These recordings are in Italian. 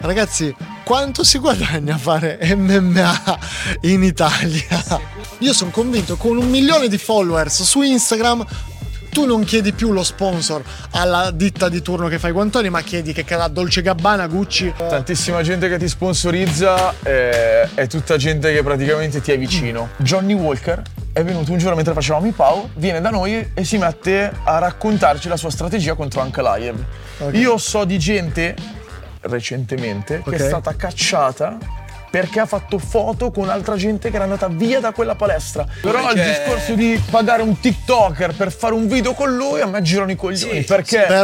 Ragazzi, quanto si guadagna a fare MMA in Italia? Io sono convinto, con 1 milione di followers su Instagram, tu non chiedi più lo sponsor alla ditta di turno che fa i guantoni, ma chiedi che la Dolce Gabbana, Gucci. Tantissima gente che ti sponsorizza, è tutta gente che praticamente ti è vicino. Johnny Walker è venuto un giorno mentre facevamo i PAU, viene da noi e si mette a raccontarci la sua strategia contro Ankalaev. Okay. Io so di gente recentemente che è stata cacciata perché ha fatto foto con altra gente che era andata via da quella palestra. Però il discorso di pagare un TikToker per fare un video con lui, a me girano i coglioni, perché Però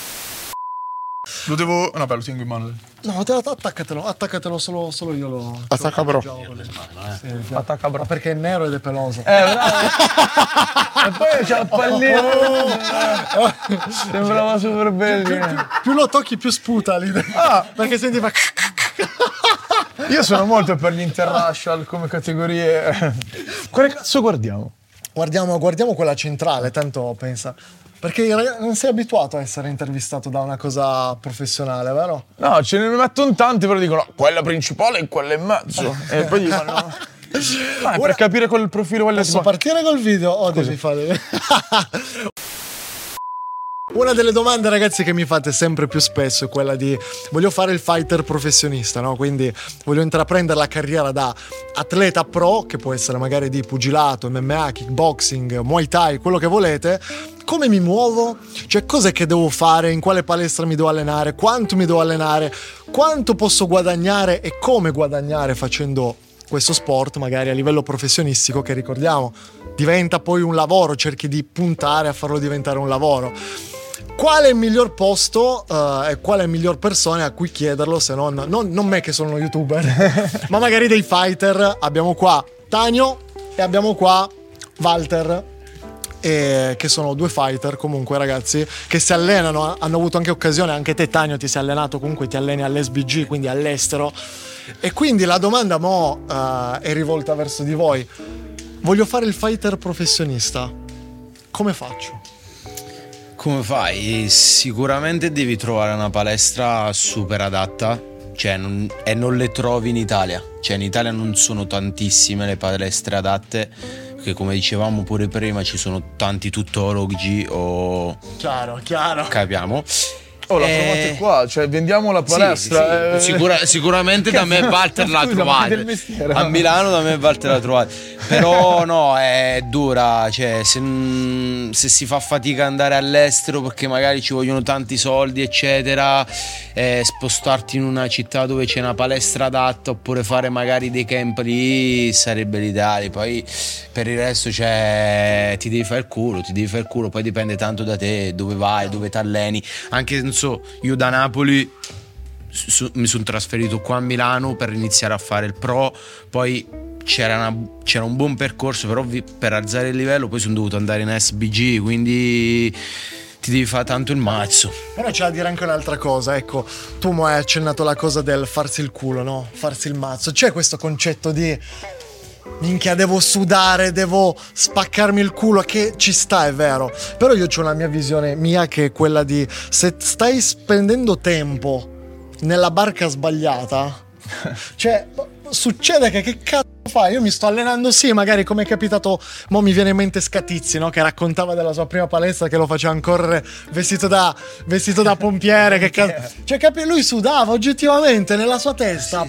lo devo... No, beh, lo tengo in mano. no, attaccatelo, solo io lo... Attacca bro. Attacca bro. Perché è nero ed è peloso. Bravo. E poi c'ha la pallina. Sembrava super bellino. Più lo tocchi più sputa lì. Perché senti fa... Io sono molto per gli interracial come categorie. Quale cazzo guardiamo? Guardiamo quella centrale, tanto pensa. Perché non sei abituato a essere intervistato da una cosa professionale, vero? No, ce ne mettono tanti, però dicono quella principale e quella in mezzo. E poi dicono per capire quel profilo. Posso partire col video o devi fare... Una delle domande, ragazzi, che mi fate sempre più spesso è quella di: voglio fare il fighter professionista, no? Quindi voglio intraprendere la carriera da atleta pro, che può essere magari di pugilato, MMA, kickboxing, Muay Thai, quello che volete. Come mi muovo? Cioè, cos'è che devo fare? In quale palestra mi devo allenare? Quanto mi devo allenare? Quanto posso guadagnare e come guadagnare facendo questo sport, magari a livello professionistico, che ricordiamo diventa poi un lavoro, cerchi di puntare a farlo diventare un lavoro. Qual è il miglior posto e qual è la miglior persona a cui chiederlo, se non me che sono uno youtuber, ma magari dei fighter? Abbiamo qua Tanio e abbiamo qua Walter, che sono 2 fighter comunque, ragazzi, che si allenano, hanno avuto anche occasione, anche te Tanio ti sei allenato, comunque ti alleni all'SBG, quindi all'estero, e quindi la domanda è rivolta verso di voi. Voglio fare il fighter professionista, come faccio? Come fai? Sicuramente devi trovare una palestra super adatta, cioè non le trovi in Italia. Cioè in Italia non sono tantissime le palestre adatte, perché come dicevamo pure prima ci sono tanti tuttologi o... Chiaro. Capiamo. Oh, la trovate qua, cioè vendiamo la palestra. Sì. Sicuramente da me Walter la trovate. A Milano da me Walter la trovate. Però no, è dura, cioè se si fa fatica ad andare all'estero perché magari ci vogliono tanti soldi eccetera, spostarti in una città dove c'è una palestra adatta oppure fare magari dei camp lì sarebbe l'ideale. Poi per il resto ti devi fare il culo, poi dipende tanto da te, dove vai, dove ti alleni. Anche non so, io da Napoli mi sono trasferito qua a Milano per iniziare a fare il pro, poi c'era un buon percorso, però per alzare il livello poi sono dovuto andare in SBG, quindi ti devi fare tanto il mazzo. Però c'è da dire anche un'altra cosa, ecco, tu mi hai accennato la cosa del farsi il culo, no? Farsi il mazzo. C'è questo concetto di minchia, devo sudare, devo spaccarmi il culo, che ci sta, è vero. Però io ho una mia visione mia, che è quella di: se stai spendendo tempo nella barca sbagliata, cioè succede che cazzo fai? Io mi sto allenando, sì, magari come è capitato, mo mi viene in mente Scatizzi, no? Che raccontava della sua prima palestra, che lo faceva correre vestito da pompiere, che cioè lui sudava oggettivamente nella sua testa,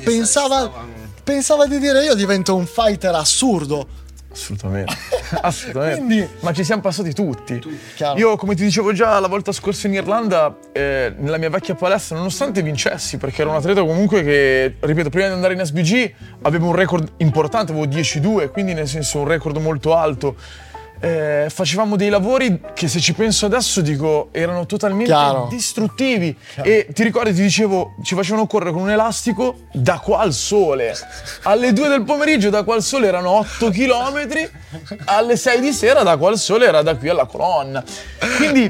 pensava di dire: io divento un fighter assurdo. Assolutamente. Quindi, ma ci siamo passati tutti. Io, come ti dicevo già la volta scorsa in Irlanda, nella mia vecchia palestra, nonostante vincessi, perché ero un atleta comunque che, ripeto, prima di andare in SBG avevo un record importante, avevo 10-2, quindi nel senso un record molto alto. Facevamo dei lavori che, se ci penso adesso, dico, erano totalmente distruttivi. E ti ricordi, ti dicevo, ci facevano correre con un elastico da qua al sole. Alle 2 del pomeriggio da qua al sole erano 8 chilometri, alle 6 di sera da qua al sole era da qui alla colonna. Quindi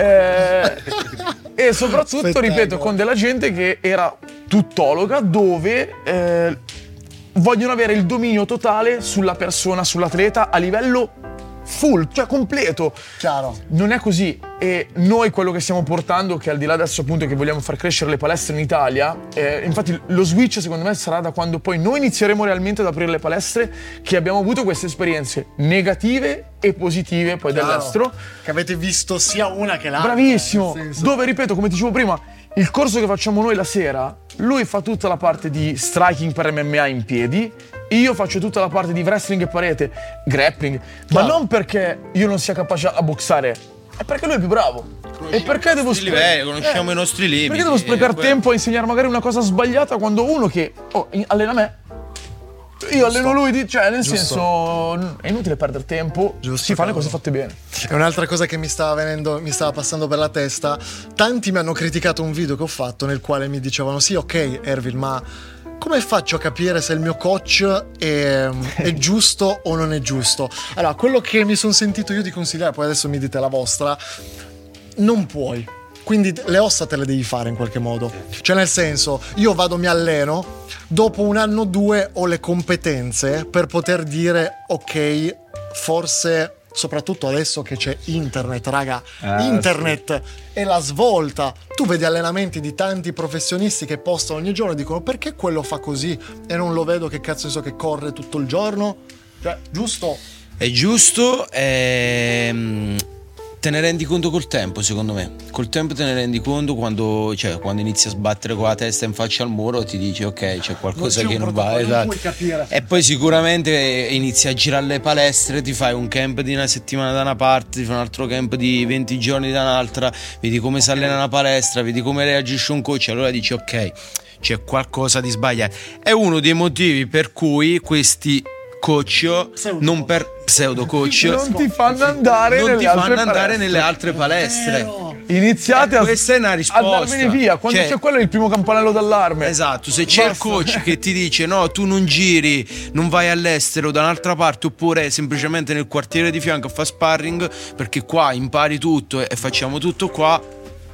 e soprattutto, ripeto, con della gente che era tuttologa, dove vogliono avere il dominio totale sulla persona, sull'atleta, a livello full, cioè completo. Chiaro. Non è così. E noi quello che stiamo portando, che al di là adesso appunto che vogliamo far crescere le palestre in Italia, infatti lo switch secondo me sarà da quando poi noi inizieremo realmente ad aprire le palestre, che abbiamo avuto queste esperienze negative e positive poi dall'estero. Che avete visto sia una che l'altra. Bravissimo. Dove, ripeto, come ti dicevo prima, il corso che facciamo noi la sera, lui fa tutta la parte di striking per MMA in piedi, io faccio tutta la parte di wrestling e parete, grappling, ma non perché io non sia capace a boxare, è perché lui è più bravo. E perché devo conosciamo i nostri limiti. Perché devo sprecare tempo a insegnare magari una cosa sbagliata quando uno che allena me, io alleno lui, cioè nel senso è inutile perdere tempo, si fanno le cose fatte bene. E un'altra cosa che mi stava passando per la testa, tanti mi hanno criticato un video che ho fatto nel quale mi dicevano sì, ok Ervil, ma come faccio a capire se il mio coach è giusto o non è giusto? Allora, quello che mi sono sentito io di consigliare, poi adesso mi dite la vostra, non puoi. Quindi le ossa te le devi fare in qualche modo. Cioè nel senso, io vado, mi alleno, dopo un anno o due ho le competenze per poter dire ok, forse... Soprattutto adesso che c'è internet, raga, internet è la svolta. Tu vedi allenamenti di tanti professionisti che postano ogni giorno e dicono perché quello fa così e non lo vedo, che cazzo ne so, che corre tutto il giorno? Cioè, giusto? È giusto, te ne rendi conto col tempo, secondo me. Col tempo te ne rendi conto quando inizi a sbattere con la testa in faccia al muro, ti dici ok, c'è qualcosa che non va, esatto. E poi sicuramente inizi a girare le palestre, ti fai un camp di una settimana da una parte, ti fai un altro camp di 20 giorni da un'altra, vedi come si allena una palestra, vedi come reagisce un coach, allora dici ok, c'è qualcosa di sbagliato. È uno dei motivi per cui questi coach, non per pseudo coach, non ti fanno andare nelle altre palestre. Iniziate questa è una risposta. Andarvene via quando c'è quello è il primo campanello d'allarme. Esatto, se c'è il coach che ti dice no, tu non giri, non vai all'estero da un'altra parte, oppure semplicemente nel quartiere di fianco a fare sparring perché qua impari tutto e facciamo tutto qua.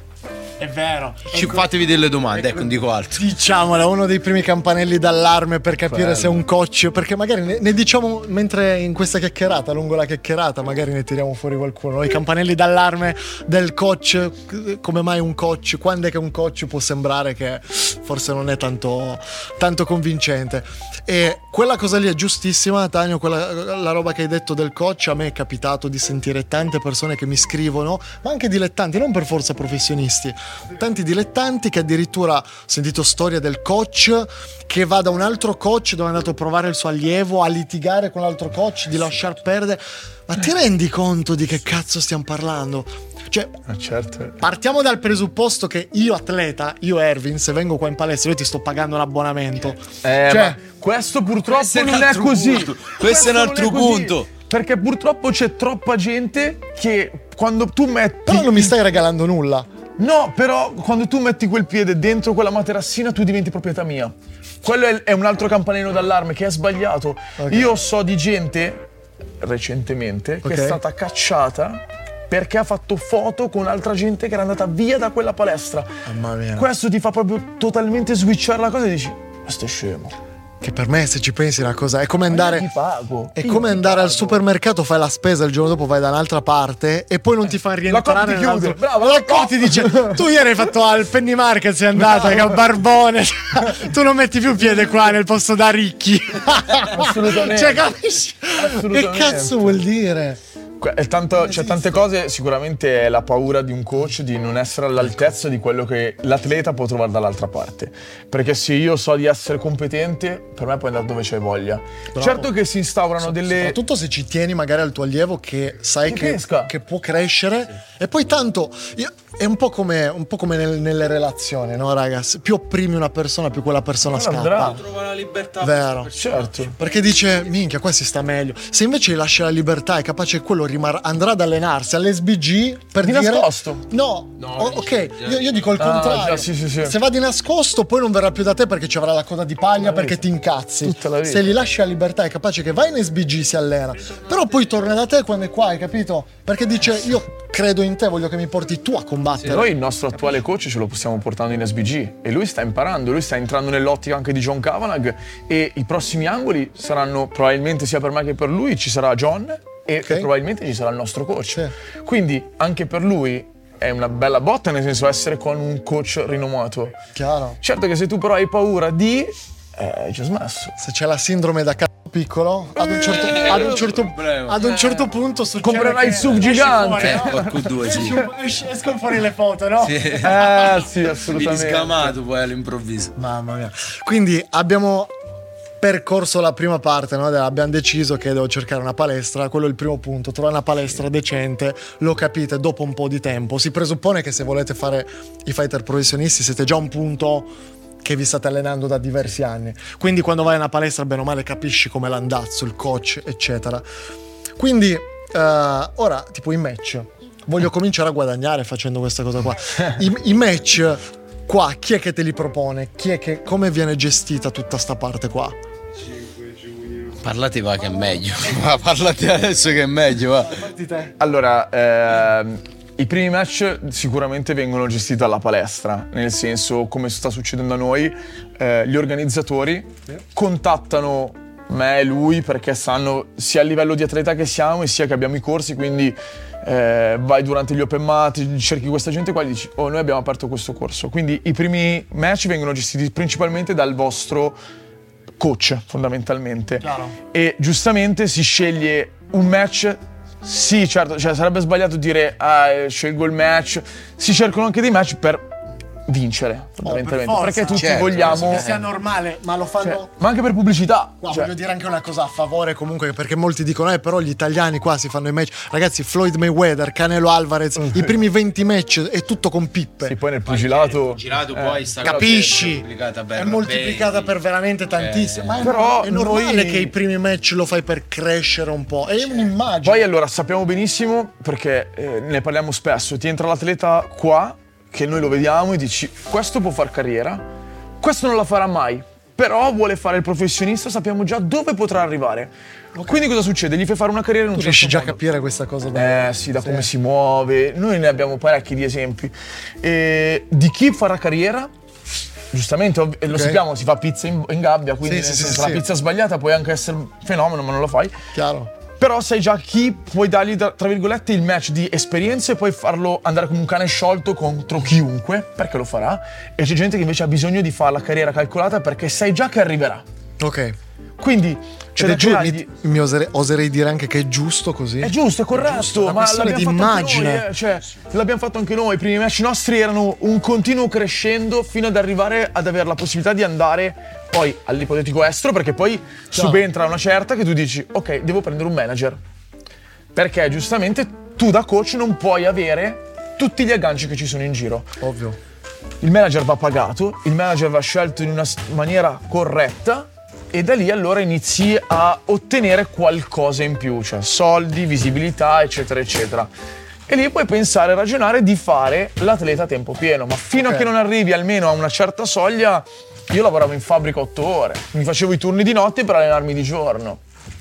È vero. Fatevi delle domande, ecco, non dico altro. Diciamola, uno dei primi campanelli d'allarme per capire se è un coach, perché magari ne diciamo mentre in questa chiacchierata, lungo la chiacchierata, magari ne tiriamo fuori qualcuno. I campanelli d'allarme del coach, come mai un coach, quando è che un coach può sembrare che forse non è tanto convincente. E quella cosa lì è giustissima, Tanio, la roba che hai detto del coach. A me è capitato di sentire tante persone che mi scrivono, ma anche dilettanti, non per forza professionisti, tanti dilettanti che addirittura ho sentito storia del coach che va da un altro coach dove è andato a provare il suo allievo, a litigare con l'altro coach, di lasciar perdere. Ma ti rendi conto di che cazzo stiamo parlando? Cioè, certo. Partiamo dal presupposto che io atleta, io Ervin, se vengo qua in palestra io ti sto pagando un abbonamento. Ma questo purtroppo non è così. Questo è un altro punto. Perché purtroppo c'è troppa gente che quando tu metti... Però non mi stai regalando nulla. No, però quando tu metti quel piede dentro quella materassina tu diventi proprietà mia. Quello è un altro campanello d'allarme che è sbagliato. Okay. Io so di gente, recentemente, che è stata cacciata perché ha fatto foto con altra gente che era andata via da quella palestra. Mamma mia. Questo ti fa proprio totalmente switchare la cosa e dici, ma stai scemo. Che per me, se ci pensi, una cosa è come andare. Ti pago. È come andare al supermercato, fai la spesa, il giorno dopo vai da un'altra parte e poi non ti fa rientrare. La Coop ti chiude. Bravo, la Coop ti dice: tu ieri hai fatto al Penny Market, sei andata, che Barbone. Tu non metti più piede qua nel posto da ricchi. Assolutamente. Cioè, capisci? Che cazzo vuol dire? C'è tante cose, sicuramente è la paura di un coach di non essere all'altezza di quello che l'atleta può trovare dall'altra parte. Perché se io so di essere competente, per me puoi andare dove c'è voglia. Bravo. Certo che si instaurano delle... Soprattutto se ci tieni magari al tuo allievo che sai che può crescere. Sì. E poi tanto... È un po' come nelle relazioni, no, ragazzi? Più opprimi una persona, più quella persona scappa. Trova la libertà. Vero. Certo. Perché dice, minchia, qua si sta meglio. Se invece gli lascia la libertà, è capace che quello andrà ad allenarsi all'SBG per di dire... nascosto? No. Ok, io dico il contrario. Sì. Se va di nascosto, poi non verrà più da te perché ci avrà la coda di paglia, perché ti incazzi. Tutta la vita. Se gli lasci la libertà, è capace che vai in SBG, si allena. Però poi torna da te quando è qua, hai capito? Perché dice, io credo in te, voglio che mi porti tu a combattere. Noi il nostro attuale coach ce lo stiamo portando in SBG e lui sta imparando, lui sta entrando nell'ottica anche di John Kavanagh e i prossimi angoli saranno probabilmente sia per me che per lui, ci sarà John e probabilmente ci sarà il nostro coach. Quindi anche per lui è una bella botta, nel senso essere con un coach rinomato. Chiaro. Certo che se tu però hai paura di... hai già smesso. Se c'è la sindrome da c***o piccolo, ad un certo punto succede comprerai il SUV gigante. Q2, sì. Escono fuori le foto, no? Sì. Sì, assolutamente. Mi scamato poi all'improvviso. Mamma mia. Quindi abbiamo percorso la prima parte, no? Abbiamo deciso che devo cercare una palestra, quello è il primo punto, trovare una palestra decente, lo capite dopo un po' di tempo. Si presuppone che se volete fare i fighter professionisti siete già a un punto che vi state allenando da diversi anni, quindi quando vai a una palestra bene o male capisci come l'andazzo, il coach, eccetera. Quindi ora tipo i match, voglio cominciare a guadagnare facendo questa cosa qua. I match qua chi è che te li propone? Come viene gestita tutta sta parte qua? Parlate va che è meglio. Parlate adesso che è meglio, va. Allora, i primi match sicuramente vengono gestiti dalla palestra, nel senso, come sta succedendo a noi, gli organizzatori contattano me e lui perché sanno sia il livello di atleta che siamo e sia che abbiamo i corsi, quindi vai durante gli open mat, cerchi questa gente qua e dici noi abbiamo aperto questo corso. Quindi i primi match vengono gestiti principalmente dal vostro coach, fondamentalmente. Chiaro. E giustamente si sceglie un match. Sì, certo, cioè sarebbe sbagliato dire scelgo il match. Si cercano anche dei match per vincere, fondamentalmente, per perché tutti certo, vogliamo che sia normale, ma lo fanno ma anche per pubblicità. qua, voglio dire anche una cosa a favore comunque, perché molti dicono però gli italiani qua si fanno i match. Ragazzi, Floyd Mayweather, Canelo Alvarez, i primi 20 match è tutto con pippe. Sì, poi nel pugilato poi sta Capisci? è È moltiplicata per veramente tantissimo. Ma Però è normale noi- che i primi match lo fai per crescere un po'. È un'immagine. Poi allora sappiamo benissimo, perché ne parliamo spesso, ti entra l'atleta qua che noi lo vediamo e dici questo può far carriera, questo non la farà mai, però vuole fare il professionista, sappiamo già dove potrà arrivare. Quindi cosa succede? Gli fai fare una carriera in un Tu certo riesci già a modo. capire questa cosa Sì, da come si muove. Noi ne abbiamo parecchi di esempi. Di chi farà carriera, giustamente, lo sappiamo, si fa pizza in gabbia, quindi Sì, nel sì, senso, sì, la sì. pizza sbagliata può anche essere un fenomeno, ma non lo fai. Chiaro. Però sai già chi puoi dargli, tra virgolette, il match di esperienza e poi farlo andare come un cane sciolto contro chiunque, perché lo farà. E c'è gente che invece ha bisogno di fare la carriera calcolata perché sai già che arriverà. Ok. Quindi c'è da creare oserei dire anche che è giusto così. È giusto, è corretto, giusto, una ma questione l'abbiamo di fatto anche immagine. noi, cioè, l'abbiamo fatto anche noi. I primi match nostri erano un continuo crescendo fino ad arrivare ad avere la possibilità di andare poi all'ipotetico estero, perché poi subentra una certa che tu dici ok, devo prendere un manager. Perché giustamente tu da coach non puoi avere tutti gli agganci che ci sono in giro. Ovvio. Il manager va pagato, il manager va scelto in una maniera corretta e da lì allora inizi a ottenere qualcosa in più, cioè soldi, visibilità, eccetera, eccetera. E lì puoi pensare e ragionare di fare l'atleta a tempo pieno, ma fino a che non arrivi almeno a una certa soglia, io lavoravo in fabbrica 8 ore, mi facevo i turni di notte per allenarmi di giorno.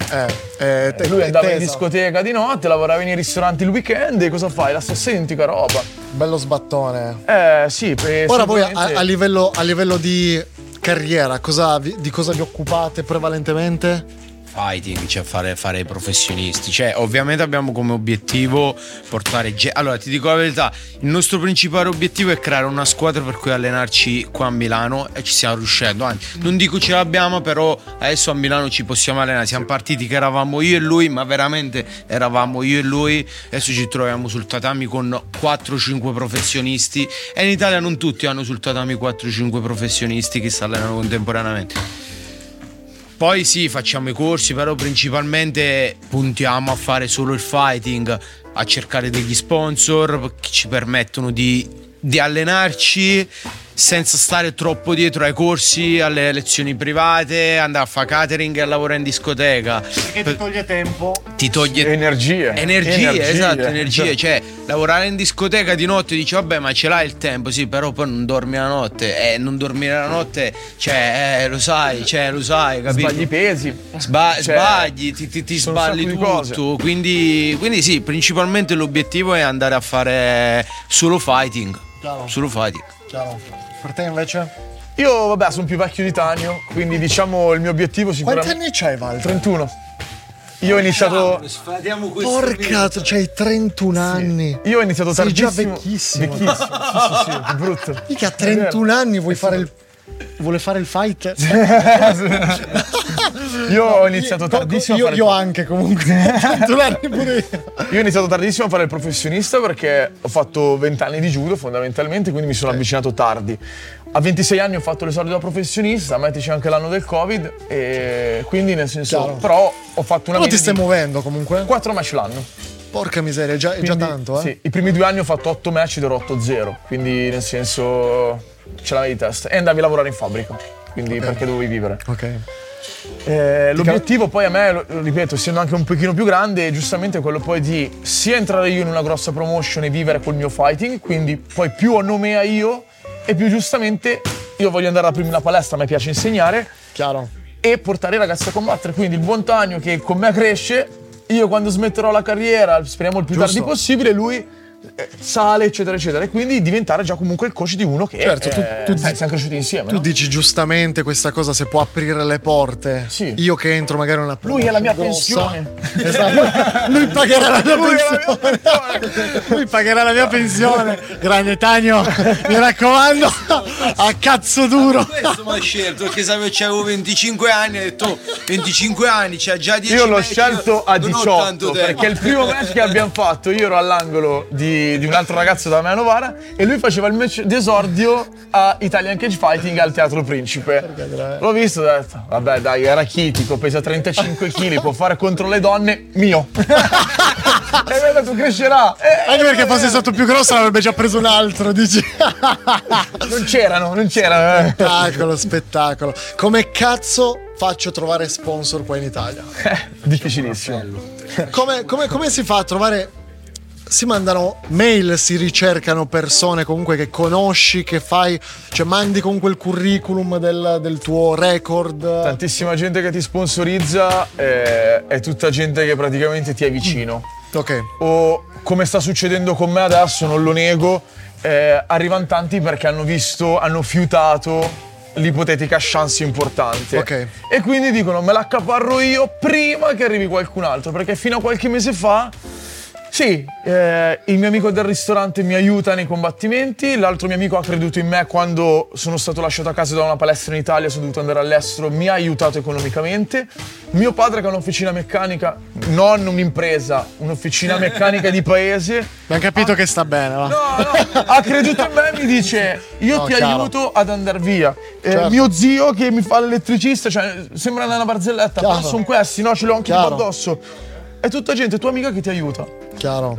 Lui andava in discoteca di notte, lavorava nei ristoranti il weekend e cosa fai? La stessa identica roba. Bello sbattone. Sì. Ora voi a livello di carriera, di cosa vi occupate prevalentemente? Fighting, cioè fare i professionisti. Cioè, ovviamente abbiamo come obiettivo portare allora, ti dico la verità, il nostro principale obiettivo è creare una squadra per cui allenarci qua a Milano e ci stiamo riuscendo. Anzi, non dico ce l'abbiamo, però adesso a Milano ci possiamo allenare. Siamo partiti che eravamo io e lui, ma veramente eravamo io e lui. Adesso ci troviamo sul tatami con 4-5 professionisti e in Italia non tutti hanno sul tatami 4-5 professionisti che si allenano contemporaneamente. Poi sì, facciamo i corsi, però principalmente puntiamo a fare solo il fighting, a cercare degli sponsor che ci permettono di allenarci senza stare troppo dietro ai corsi, alle lezioni private, andare a fare catering e a lavorare in discoteca. Perché ti toglie tempo. Ti toglie energie. Esatto, energie. Cioè, lavorare in discoteca di notte dici vabbè, ma ce l'hai il tempo, sì, però poi non dormi la notte. Non dormire la notte, cioè, lo sai, capito? Sbagli i pesi. Sbagli, ti sballi tutto. Quindi sì, principalmente l'obiettivo è andare a fare solo fighting. Chiaro. Solo fighting. Chiaro. Per te invece? Io, vabbè, sono più vecchio di Tanio, quindi diciamo il mio obiettivo Quanti sicuramente... anni c'hai, Walter? 31. Io ho iniziato. Porca, c'hai 31 anni. Io ho iniziato tardissimo. Sei già vecchissimo. Sì, che brutto. Mica a 31 anni vuole fare il fighter? Io ho iniziato tardissimo. Io anche comunque. 31 anni pure io. Io ho iniziato tardissimo a fare il professionista perché ho fatto 20 anni di judo fondamentalmente, quindi mi sono avvicinato tardi. A 26 anni ho fatto l'esordio da professionista, mettici anche l'anno del Covid, e quindi nel senso. Chiaro. Però ho fatto una. Come ti stai muovendo comunque? 4 match l'anno. Porca miseria, è già tanto, eh? Sì, i primi 2 anni ho fatto 8 match ed ero 8-0, quindi nel senso ce l'avevi di testa. E andavi a lavorare in fabbrica, quindi perché dovevi vivere. Ok. L'obiettivo poi a me, ripeto, essendo anche un pochino più grande, è giustamente quello poi di sia entrare io in una grossa promotion e vivere col mio fighting, quindi poi più ho nomea io e più giustamente io voglio andare a aprire la palestra, a me piace insegnare. Chiaro. E portare i ragazzi a combattere, quindi il buon Tanio che con me cresce, io quando smetterò la carriera, speriamo il più tardi possibile, lui sale eccetera eccetera, e quindi diventare già comunque il coach di uno che certo, siamo cresciuti insieme. Tu dici giustamente questa cosa, se può aprire le porte. Sì. Io che entro magari una lui è la mia grossa, pensione. Esatto. Lui pagherà la mia pensione. Lui pagherà la mia pensione. Grande Tanio, mi raccomando, a cazzo duro. Questo mi ha scelto perché sapevo che avevo 25 anni, ho detto 25 anni, c'ha già 10 Io l'ho match, scelto a non ho 18 tanto tempo. perché il primo match che abbiamo fatto io ero all'angolo di un altro ragazzo da me a Novara e lui faceva il match d'esordio a Italian Cage Fighting al Teatro Principe. L'ho visto e ho detto vabbè dai, è rachitico, pesa 35 kg, può fare contro le donne, mio. E vedo tu crescerà. Anche perché fosse stato più grosso l'avrebbe già preso un altro, dici. Non c'erano. Spettacolo. Come cazzo faccio a trovare sponsor qua in Italia? Difficilissimo. Come si fa a trovare? Si mandano mail, si ricercano persone comunque che conosci, che fai, cioè mandi comunque il curriculum del tuo record. Tantissima gente che ti sponsorizza, è tutta gente che praticamente ti è vicino. Ok. O come sta succedendo con me adesso, non lo nego, arrivano tanti perché hanno fiutato l'ipotetica chance importante. Ok. E quindi dicono me l'accaparro io prima che arrivi qualcun altro, perché fino a qualche mese fa sì, il mio amico del ristorante mi aiuta nei combattimenti, l'altro mio amico ha creduto in me quando sono stato lasciato a casa da una palestra in Italia, sono dovuto andare all'estero, mi ha aiutato economicamente. Mio padre che ha un'officina meccanica, non un'impresa, un'officina meccanica di paese. Abbiamo capito che sta bene, va? No, ha creduto in me e mi dice io ti aiuto ad andare via. Certo. Mio zio che mi fa l'elettricista, cioè sembra una barzelletta, Chiaro. però sono questi, no, ce l'ho anche Chiaro. qua addosso. È tutta gente, tua amica che ti aiuta. Chiaro.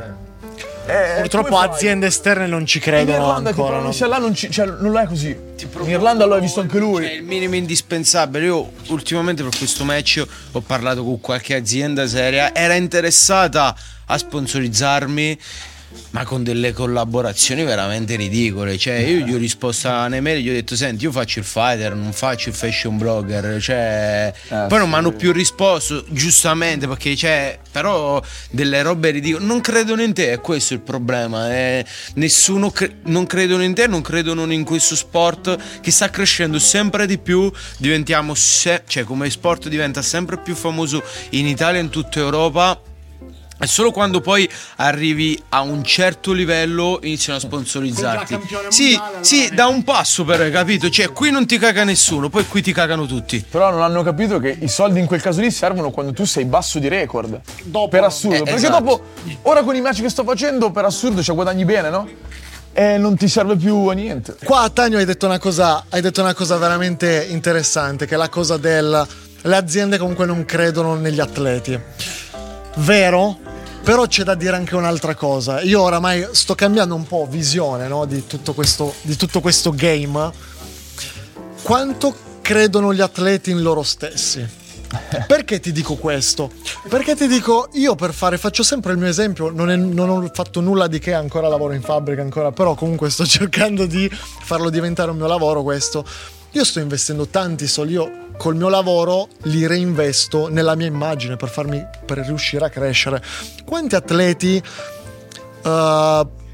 Purtroppo aziende esterne non ci credono in Irlanda ancora. non sia là, non è così. In Irlanda lo hai visto anche lui. È il minimo indispensabile. Io ultimamente per questo match ho parlato con qualche azienda seria, era interessata a sponsorizzarmi, ma con delle collaborazioni veramente ridicole. Cioè io gli ho risposto alle mail, gli ho detto senti, io faccio il fighter, non faccio il fashion blogger, cioè poi non mi hanno più risposto, giustamente, perché c'è però delle robe ridicole. Non credono in te, è questo il problema. Nessuno non credono in te, non credono in questo sport che sta crescendo sempre di più. Diventiamo cioè come sport diventa sempre più famoso in Italia e in tutta Europa. E solo quando poi arrivi a un certo livello iniziano a sponsorizzarti. Sì, da un passo però, hai capito? Cioè qui non ti caga nessuno, poi qui ti cagano tutti. Però non hanno capito che i soldi in quel caso lì servono quando tu sei basso di record. Per assurdo. Perché esatto. dopo, ora con i match che sto facendo, per assurdo, cioè guadagni bene, no? E non ti serve più a niente. Qua Tanio hai detto una cosa veramente interessante, che è la cosa le aziende comunque non credono negli atleti. Vero? Però c'è da dire anche un'altra cosa. Io oramai sto cambiando un po' visione, no, di tutto questo game. Quanto credono gli atleti in loro stessi? Perché ti dico questo? Perché ti dico, io faccio sempre il mio esempio, non ho fatto nulla di che, ancora lavoro in fabbrica, però comunque sto cercando di farlo diventare un mio lavoro questo. Io sto investendo tanti soldi, io col mio lavoro li reinvesto nella mia immagine per riuscire a crescere. Quanti atleti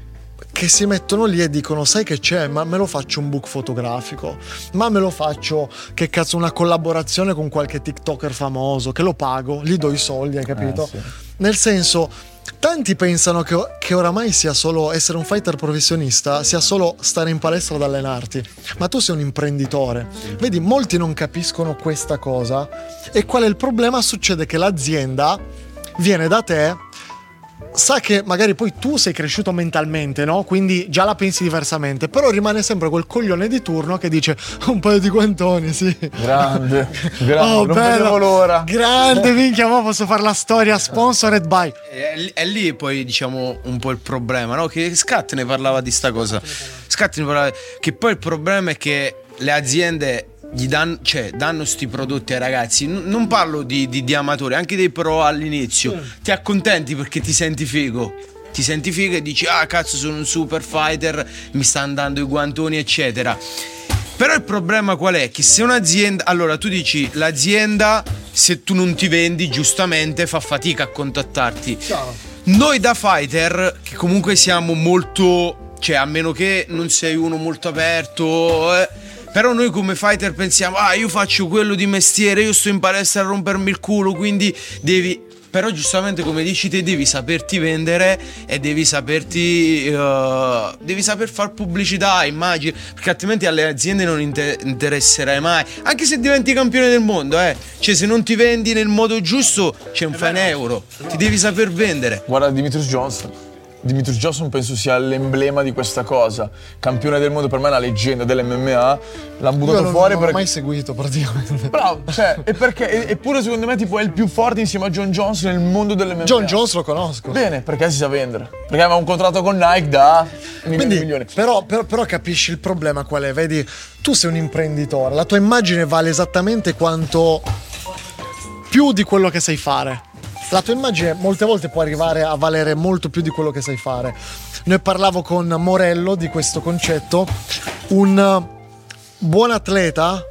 che si mettono lì e dicono: sai che c'è, ma me lo faccio un book fotografico, ma me lo faccio, che cazzo, una collaborazione con qualche TikToker famoso, che lo pago, gli do i soldi, hai capito? Sì. Nel senso, tanti pensano che oramai sia solo essere un fighter professionista, sia solo stare in palestra ad allenarti, ma tu sei un imprenditore. Vedi, molti non capiscono questa cosa, e qual è il problema? Succede che l'azienda viene da te, sa che magari poi tu sei cresciuto mentalmente, no? Quindi già la pensi diversamente, però rimane sempre quel coglione di turno che dice: un paio di guantoni, sì. Grande, Oh, non bello, vedevo l'ora. grande, minchia, ma posso fare la storia sponsored by. È lì poi, diciamo, un po' il problema, no? Che Scat ne parlava di sta cosa. Scat ne parlava che poi il problema è che le aziende gli danno sti prodotti ai ragazzi. Non parlo di amatori, anche dei pro all'inizio. Ti accontenti perché ti senti figo. Ti senti figo e dici: ah, cazzo, sono un super fighter, mi stanno dando i guantoni, eccetera. Però il problema qual è? Che se un'azienda, allora tu dici, l'azienda, se tu non ti vendi, giustamente fa fatica a contattarti. Ciao. Noi da fighter, che comunque siamo molto, cioè, a meno che non sei uno molto aperto, però noi come fighter pensiamo: ah, io faccio quello di mestiere, io sto in palestra a rompermi il culo, quindi devi... Però giustamente, come dici te, devi saperti vendere e devi saperti devi saper fare pubblicità, immagini, perché altrimenti alle aziende non interesserai mai, anche se diventi campione del mondo, cioè se non ti vendi nel modo giusto c'è un fai un euro, ti devi saper vendere. Guarda Demetrius Johnson penso sia l'emblema di questa cosa. Campione del mondo, per me è una leggenda dell'MMA. L'hanno buttato fuori non perché... l'ho mai seguito praticamente. Bravo, cioè, e perché eppure secondo me tipo è il più forte insieme a John Jones nel mondo dell'MMA. John Jones lo conosco. Bene, perché si sa vendere. Perché aveva un contratto con Nike da milioni. Però capisci il problema qual è? Vedi, tu sei un imprenditore, la tua immagine vale esattamente quanto più di quello che sai fare. La tua immagine molte volte può arrivare a valere molto più di quello che sai fare. Ne parlavo con Morello di questo concetto. Un buon atleta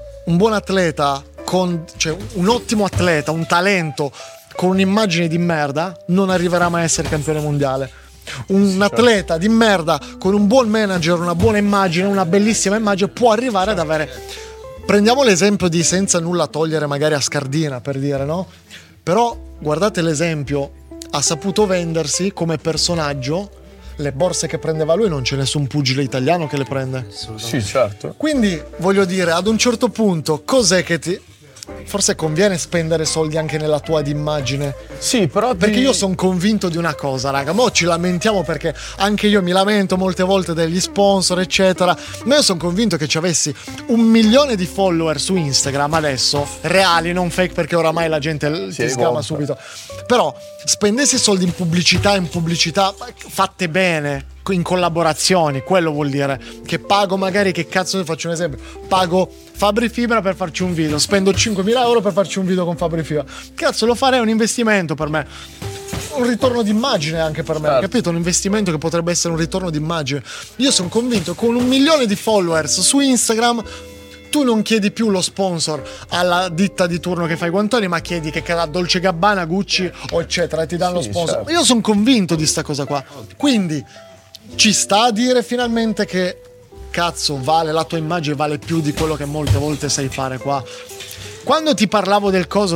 cioè un ottimo atleta, un talento con un'immagine di merda non arriverà mai a essere campione mondiale. Un atleta di merda con un buon manager, una buona immagine, una bellissima immagine può arrivare ad avere... Prendiamo l'esempio di, senza nulla togliere magari a Scardina, per dire, no? Però guardate l'esempio, ha saputo vendersi come personaggio. Le borse che prendeva lui non c'è nessun pugile italiano che le prende. Sì, certo. Quindi voglio dire, ad un certo punto cos'è che ti... Forse conviene spendere soldi anche nella tua immagine. Sì, però perché io sono convinto di una cosa, raga. Mo' ci lamentiamo perché anche io mi lamento molte volte degli sponsor, eccetera. Ma io sono convinto che ci avessi 1 milione di follower su Instagram adesso, reali, non fake, perché oramai la gente ti scama subito. Però spendessi soldi in pubblicità fatte bene, in collaborazioni, quello vuol dire che pago magari, che cazzo, vi faccio un esempio, pago Fabri Fibra per farci un video, spendo 5.000 euro per farci un video con Fabri Fibra, cazzo, lo farei, un investimento per me, un ritorno d'immagine anche per me, certo. Capito? Un investimento che potrebbe essere un ritorno d'immagine. Io sono convinto che con 1 milione di followers su Instagram tu non chiedi più lo sponsor alla ditta di turno che fa i guantoni, ma chiedi che cada Dolce & Gabbana, Gucci o eccetera, e ti danno lo sponsor. Certo. Io sono convinto di sta cosa qua, quindi ci sta a dire finalmente che cazzo, vale, la tua immagine vale più di quello che molte volte sai fare qua. Quando ti parlavo del coso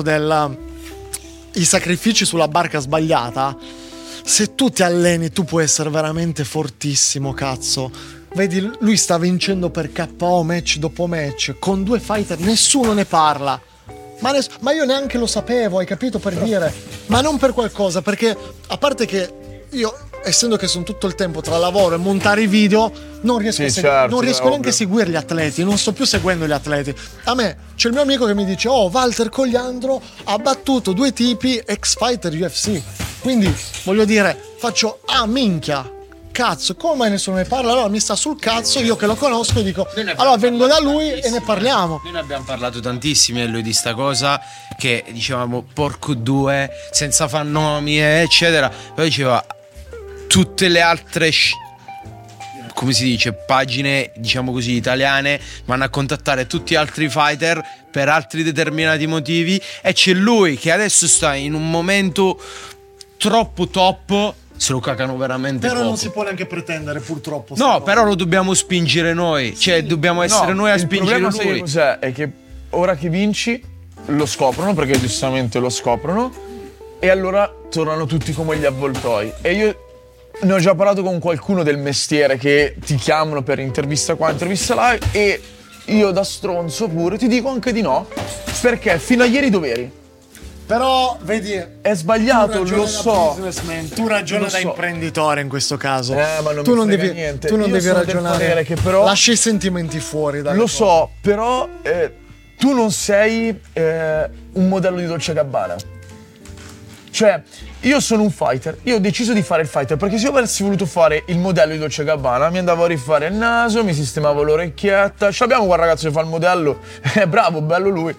i sacrifici sulla barca sbagliata, se tu ti alleni tu puoi essere veramente fortissimo, cazzo. Vedi, lui sta vincendo per KO match dopo match con 2 fighter, nessuno ne parla. Ma io neanche lo sapevo, hai capito, per dire. Ma non per qualcosa, perché a parte che io, essendo che sono tutto il tempo tra lavoro e montare i video, non riesco, non riesco neanche a seguire gli atleti, non sto più seguendo gli atleti. A me c'è il mio amico che mi dice: oh, Walter Cogliandro ha battuto 2 tipi ex fighter UFC. Quindi voglio dire, faccio, minchia, cazzo, come mai nessuno ne parla? Allora mi sta sul cazzo, io che lo conosco dico, allora vengo da lui e ne parliamo. Noi ne abbiamo parlato tantissimi a lui di sta cosa, che dicevamo porco due, senza far nomi eccetera. Poi diceva tutte le altre come si dice, pagine, diciamo così, italiane vanno a contattare tutti gli altri fighter per altri determinati motivi, e c'è lui che adesso sta in un momento troppo top se lo cacano veramente però poco. non si può neanche pretendere, purtroppo. No, però lo dobbiamo spingere noi, cioè dobbiamo essere noi a spingere lui. Il problema, sai cos'è? È che ora che vinci lo scoprono, perché giustamente lo scoprono, e allora tornano tutti come gli avvoltoi. E io ne ho già parlato con qualcuno del mestiere che ti chiamano per intervista qua, intervista là, e io da stronzo pure ti dico anche di no, perché fino a ieri doveri. Però, vedi, è sbagliato, lo so. Tu ragioni da imprenditore in questo caso. Ma non tu non devi niente. Tu non devi ragionare. Che però, lasci i sentimenti fuori. Lo so, però tu non sei un modello di Dolce & Gabbana. Cioè, io sono un fighter. Io ho deciso di fare il fighter perché se io avessi voluto fare il modello di Dolce & Gabbana mi andavo a rifare il naso, mi sistemavo l'orecchietta. Abbiamo quel ragazzo che fa il modello. È bravo, bello lui.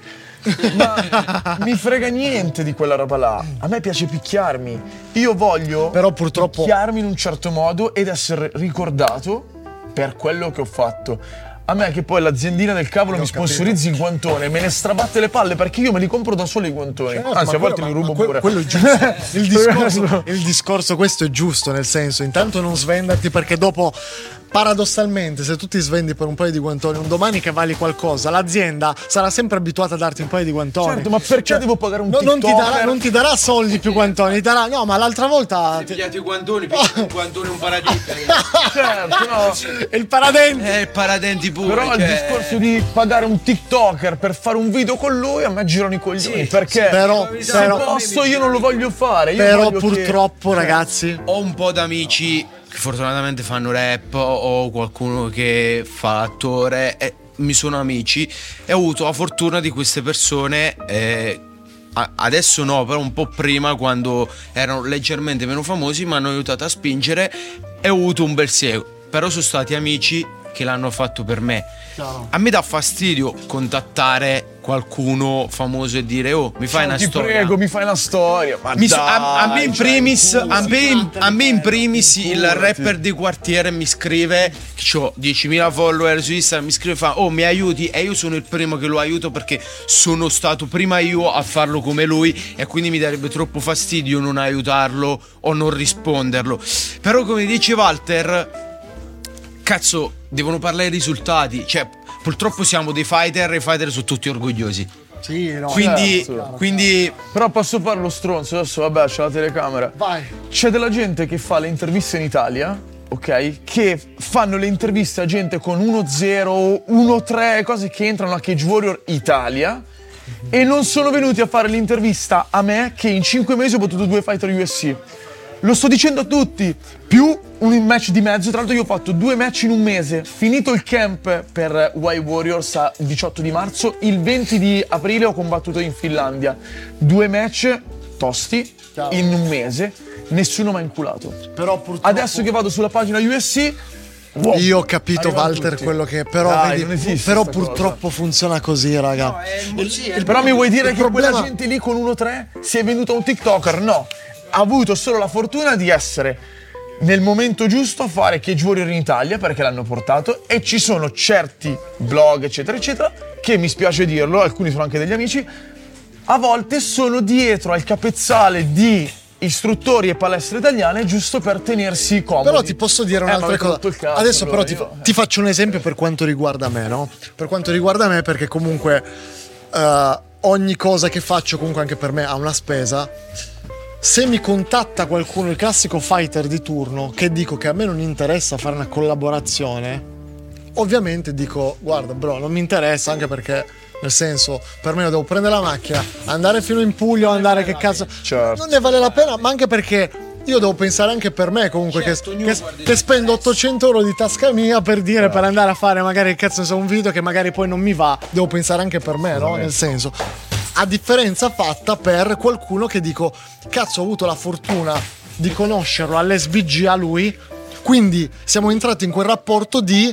Ma mi frega niente di quella roba là. A me piace picchiarmi. Io voglio però purtroppo picchiarmi in un certo modo ed essere ricordato per quello che ho fatto. A me che poi l'aziendina del cavolo mi sponsorizzi il guantone, me ne strabatte le palle perché io me li compro da solo i guantoni. Certo, anzi a volte li rubo pure. Quello è giusto. il discorso questo è giusto, nel senso, intanto non svenderti, perché dopo paradossalmente se tu ti svendi per un paio di guantoni, un domani che vali qualcosa, l'azienda sarà sempre abituata a darti un paio di guantoni. Certo, ma perché devo pagare un non ti darà soldi più guantoni, ti darà, no, ma l'altra volta pigliati i guantoni, un guantone, un paradente. Certo, no. Il paradenti. Il paradenti pure. Però il discorso di pagare un TikToker per fare un video con lui, a me girano i coglioni, perché se posso io non lo voglio fare. Io però purtroppo ragazzi, ho un po' d'amici che fortunatamente fanno rap, o qualcuno che fa attore, mi sono amici e ho avuto la fortuna di queste persone, adesso no, però un po' prima, quando erano leggermente meno famosi, mi hanno aiutato a spingere e ho avuto un bel seguito. Però sono stati amici che l'hanno fatto per me. A me dà fastidio contattare qualcuno famoso e dire oh, mi fai una storia. Ti prego, mi fai una storia. Ma a me in primis il rapper di quartiere mi scrive, che ho 10.000 follower su Instagram, mi scrive, fa oh, mi aiuti, e io sono il primo che lo aiuto perché sono stato prima io a farlo come lui, e quindi mi darebbe troppo fastidio non aiutarlo o non risponderlo. Però come dice Walter, cazzo, devono parlare i risultati. Cioè, purtroppo siamo dei fighter e i fighter sono tutti orgogliosi. Sì, no. Quindi però posso fare lo stronzo adesso, vabbè, c'è la telecamera. Vai. C'è della gente che fa le interviste in Italia, ok? Che fanno le interviste a gente con 1-0, 1-3, cose che entrano a Cage Warrior Italia, e non sono venuti a fare l'intervista a me, che in 5 mesi ho battuto 2 fighter UFC. Lo sto dicendo a tutti, più un match di mezzo. Tra l'altro io ho fatto 2 match in un mese. Finito il camp per Y Warriors il 18 di marzo, il 20 di aprile ho combattuto in Finlandia. 2 match tosti in un mese, nessuno mi ha inculato. Però purtroppo adesso che vado sulla pagina UFC, wow, io ho capito Walter tutti. Quello che però dai, vedi, però purtroppo funziona così, raga. No, però mi vuoi dire che quella gente lì con 1-3 si è venuta un TikToker? No. Ha avuto solo la fortuna di essere nel momento giusto a fare Cage Warrior in Italia, perché l'hanno portato, e ci sono certi blog eccetera eccetera che, mi spiace dirlo, alcuni sono anche degli amici, a volte sono dietro al capezzale di istruttori e palestre italiane giusto per tenersi comodi. Però ti posso dire un'altra cosa. Adesso però ti faccio un esempio per quanto riguarda me, no? Per quanto riguarda me, perché comunque ogni cosa che faccio comunque anche per me ha una spesa. Se mi contatta qualcuno, il classico fighter di turno, che dico che a me non interessa fare una collaborazione, ovviamente dico guarda bro, non mi interessa, anche perché nel senso, per me io devo prendere la macchina, andare fino in Puglia, andare che cazzo, certo. Non ne vale la pena, ma anche perché io devo pensare anche per me comunque, certo, che spendo 800 euro di tasca mia per dire, per andare a fare magari cazzo ne so, un video che magari poi non mi va, devo pensare anche per me, no? Nel senso, a differenza fatta per qualcuno che dico cazzo, ho avuto la fortuna di conoscerlo all'SBG a lui, quindi siamo entrati in quel rapporto di...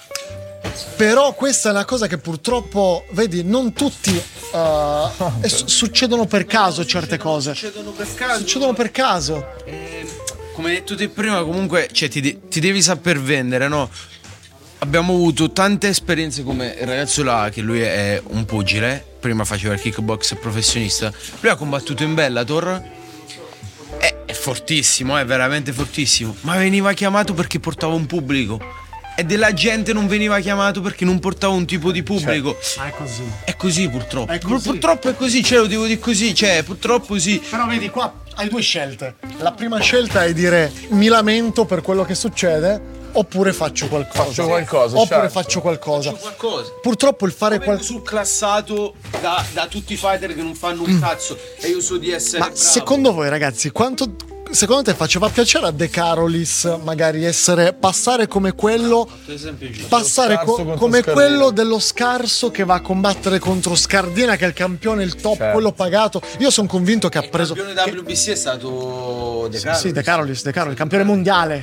Però questa è una cosa che purtroppo, vedi, non tutti succedono per caso certe cose. Succedono per caso. Come hai detto te prima, comunque, cioè, ti devi saper vendere, no? Abbiamo avuto tante esperienze come il ragazzo là, che lui è un pugile, prima faceva il kickbox professionista, lui ha combattuto in Bellator e fortissimo, è veramente fortissimo. Ma veniva chiamato perché portava un pubblico. E della gente non veniva chiamato perché non portava un tipo di pubblico. È così. È così purtroppo. È così. Purtroppo è così, lo devo dire così, purtroppo sì. Però vedi qua hai due scelte. La prima scelta è dire mi lamento per quello che succede, oppure faccio qualcosa. Oppure faccio qualcosa. Purtroppo il fare qualcosa surclassato da tutti i fighter che non fanno un cazzo e io so di essere bravo. Secondo voi ragazzi, secondo te faceva piacere a De Carolis magari passare come quello, come quello dello scarso che va a combattere contro Scardina, che è il campione, il top, quello pagato? Io sono convinto che ha preso. Il campione WBC è stato De Carolis. Sì, De Carolis, il campione mondiale.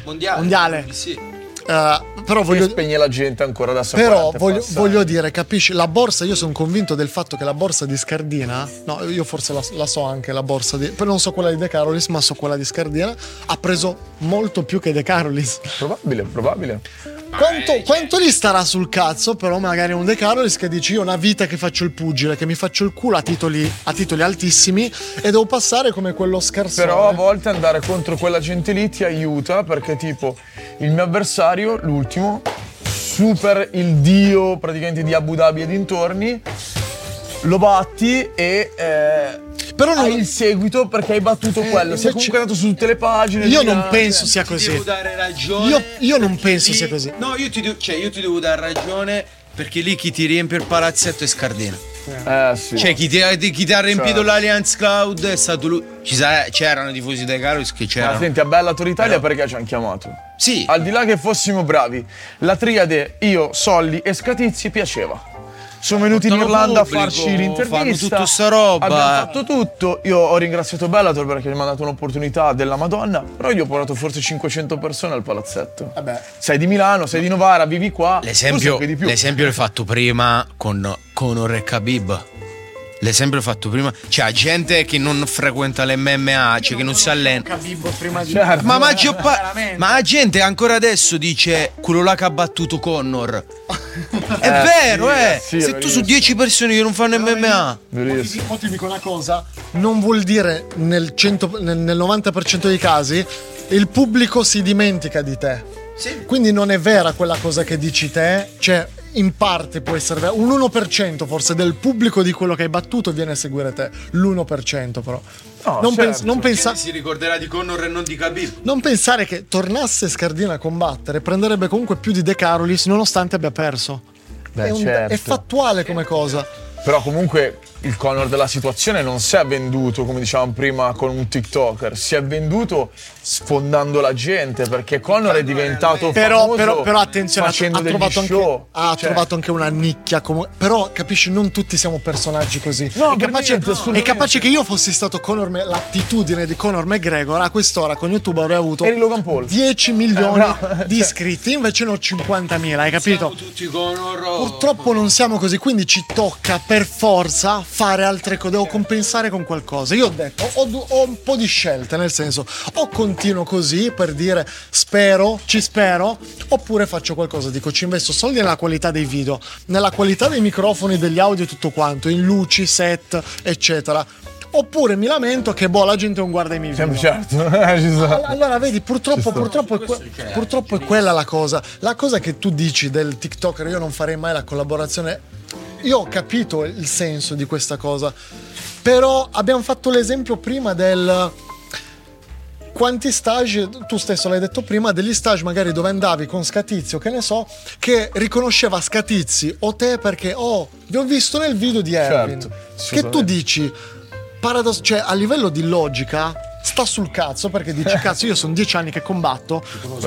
Però voglio spegne la gente ancora da sapere. Però voglio dire, capisci? La borsa, io sono convinto del fatto che la borsa di Scardina, no, io forse la so anche la borsa però non so quella di De Carolis, ma so quella di Scardina, ha preso molto più che De Carolis. Probabile. Quanto gli starà sul cazzo, però magari un De Carolis che dice io ho una vita che faccio il pugile, che mi faccio il culo a titoli altissimi e devo passare come quello scarsone. Però a volte andare contro quella gente lì ti aiuta, perché tipo il mio avversario, l'ultimo, super il dio praticamente di Abu Dhabi e dintorni, lo batti e però non hai il seguito perché hai battuto quello. Sei comunque andato su tutte le pagine. Io non penso sia così. Ti devo dare ragione. Io non penso sia così. No, io ti devo dare ragione, perché lì chi ti riempie il palazzetto è Scardina. Sì. Cioè chi ti ha riempito l'Allianz Cloud è stato lui. C'erano i tifosi dei Carolis che c'erano. Ma senti, a Bellator Italia perché ci hanno chiamato? Sì. Al di là che fossimo bravi, la triade io, Solli e Scatizzi piaceva. Sono venuti in Irlanda pubblico, a farci l'intervista. Fanno tutta sta roba. Abbiamo fatto tutto. Io ho ringraziato Bellator perché mi ha dato un'opportunità della Madonna. Però io ho portato forse 500 persone al palazzetto. Sei di Milano, sei di Novara, vivi qua. L'esempio l'hai fatto prima con Conor e Khabib. L'esempio l'ho fatto prima. C'è gente che non frequenta l'MMA, cioè che non si allena. Ma la gente ancora adesso dice quello là che ha battuto Conor. È vero, sì, se tu su 10 persone che non fanno MMA. Poi ti dico una cosa, non vuol dire nel 90% dei casi il pubblico si dimentica di te. Sì. Quindi non è vera quella cosa che dici te, cioè in parte può essere vera. Un 1% forse del pubblico di quello che hai battuto viene a seguire te, l'1% però. No, non pensare si ricorderà di Conor e non di Khabib. Non pensare che tornasse Scardina a combattere prenderebbe comunque più di De Carolis nonostante abbia perso. È fattuale come cosa. Però comunque il Conor della situazione non si è venduto, come dicevamo prima, con un TikToker, si è venduto sfondando la gente, perché Conor è diventato famoso però attenzione, facendo degli show. Ha trovato anche una nicchia, però capisci, non tutti siamo personaggi così. No, è capace che io fossi stato l'attitudine di Conor McGregor a quest'ora con YouTube avrei avuto Eri Logan Paul. 10 milioni di iscritti, invece ne ho 50.000, hai capito? Siamo tutti Conor. Purtroppo non siamo così, quindi ci tocca per forza fare altre cose, devo compensare con qualcosa. Io ho detto, ho un po' di scelte, nel senso, o continuo così per dire ci spero, oppure faccio qualcosa, dico ci investo soldi nella qualità dei video, nella qualità dei microfoni, degli audio e tutto quanto, in luci, set, eccetera. Oppure mi lamento che la gente non guarda i miei video. Certo. Allora vedi, purtroppo è quella la cosa. La cosa che tu dici del TikToker, io non farei mai la collaborazione. Io ho capito il senso di questa cosa, però abbiamo fatto l'esempio prima del quanti stage, tu stesso l'hai detto prima, degli stage magari dove andavi con Scatizio, che ne so, che riconosceva Scatizzi o te perché vi ho visto nel video di Erwin. Certo, che tu dici cioè a livello di logica sta sul cazzo, perché dici cazzo, io sono 10 anni che combatto,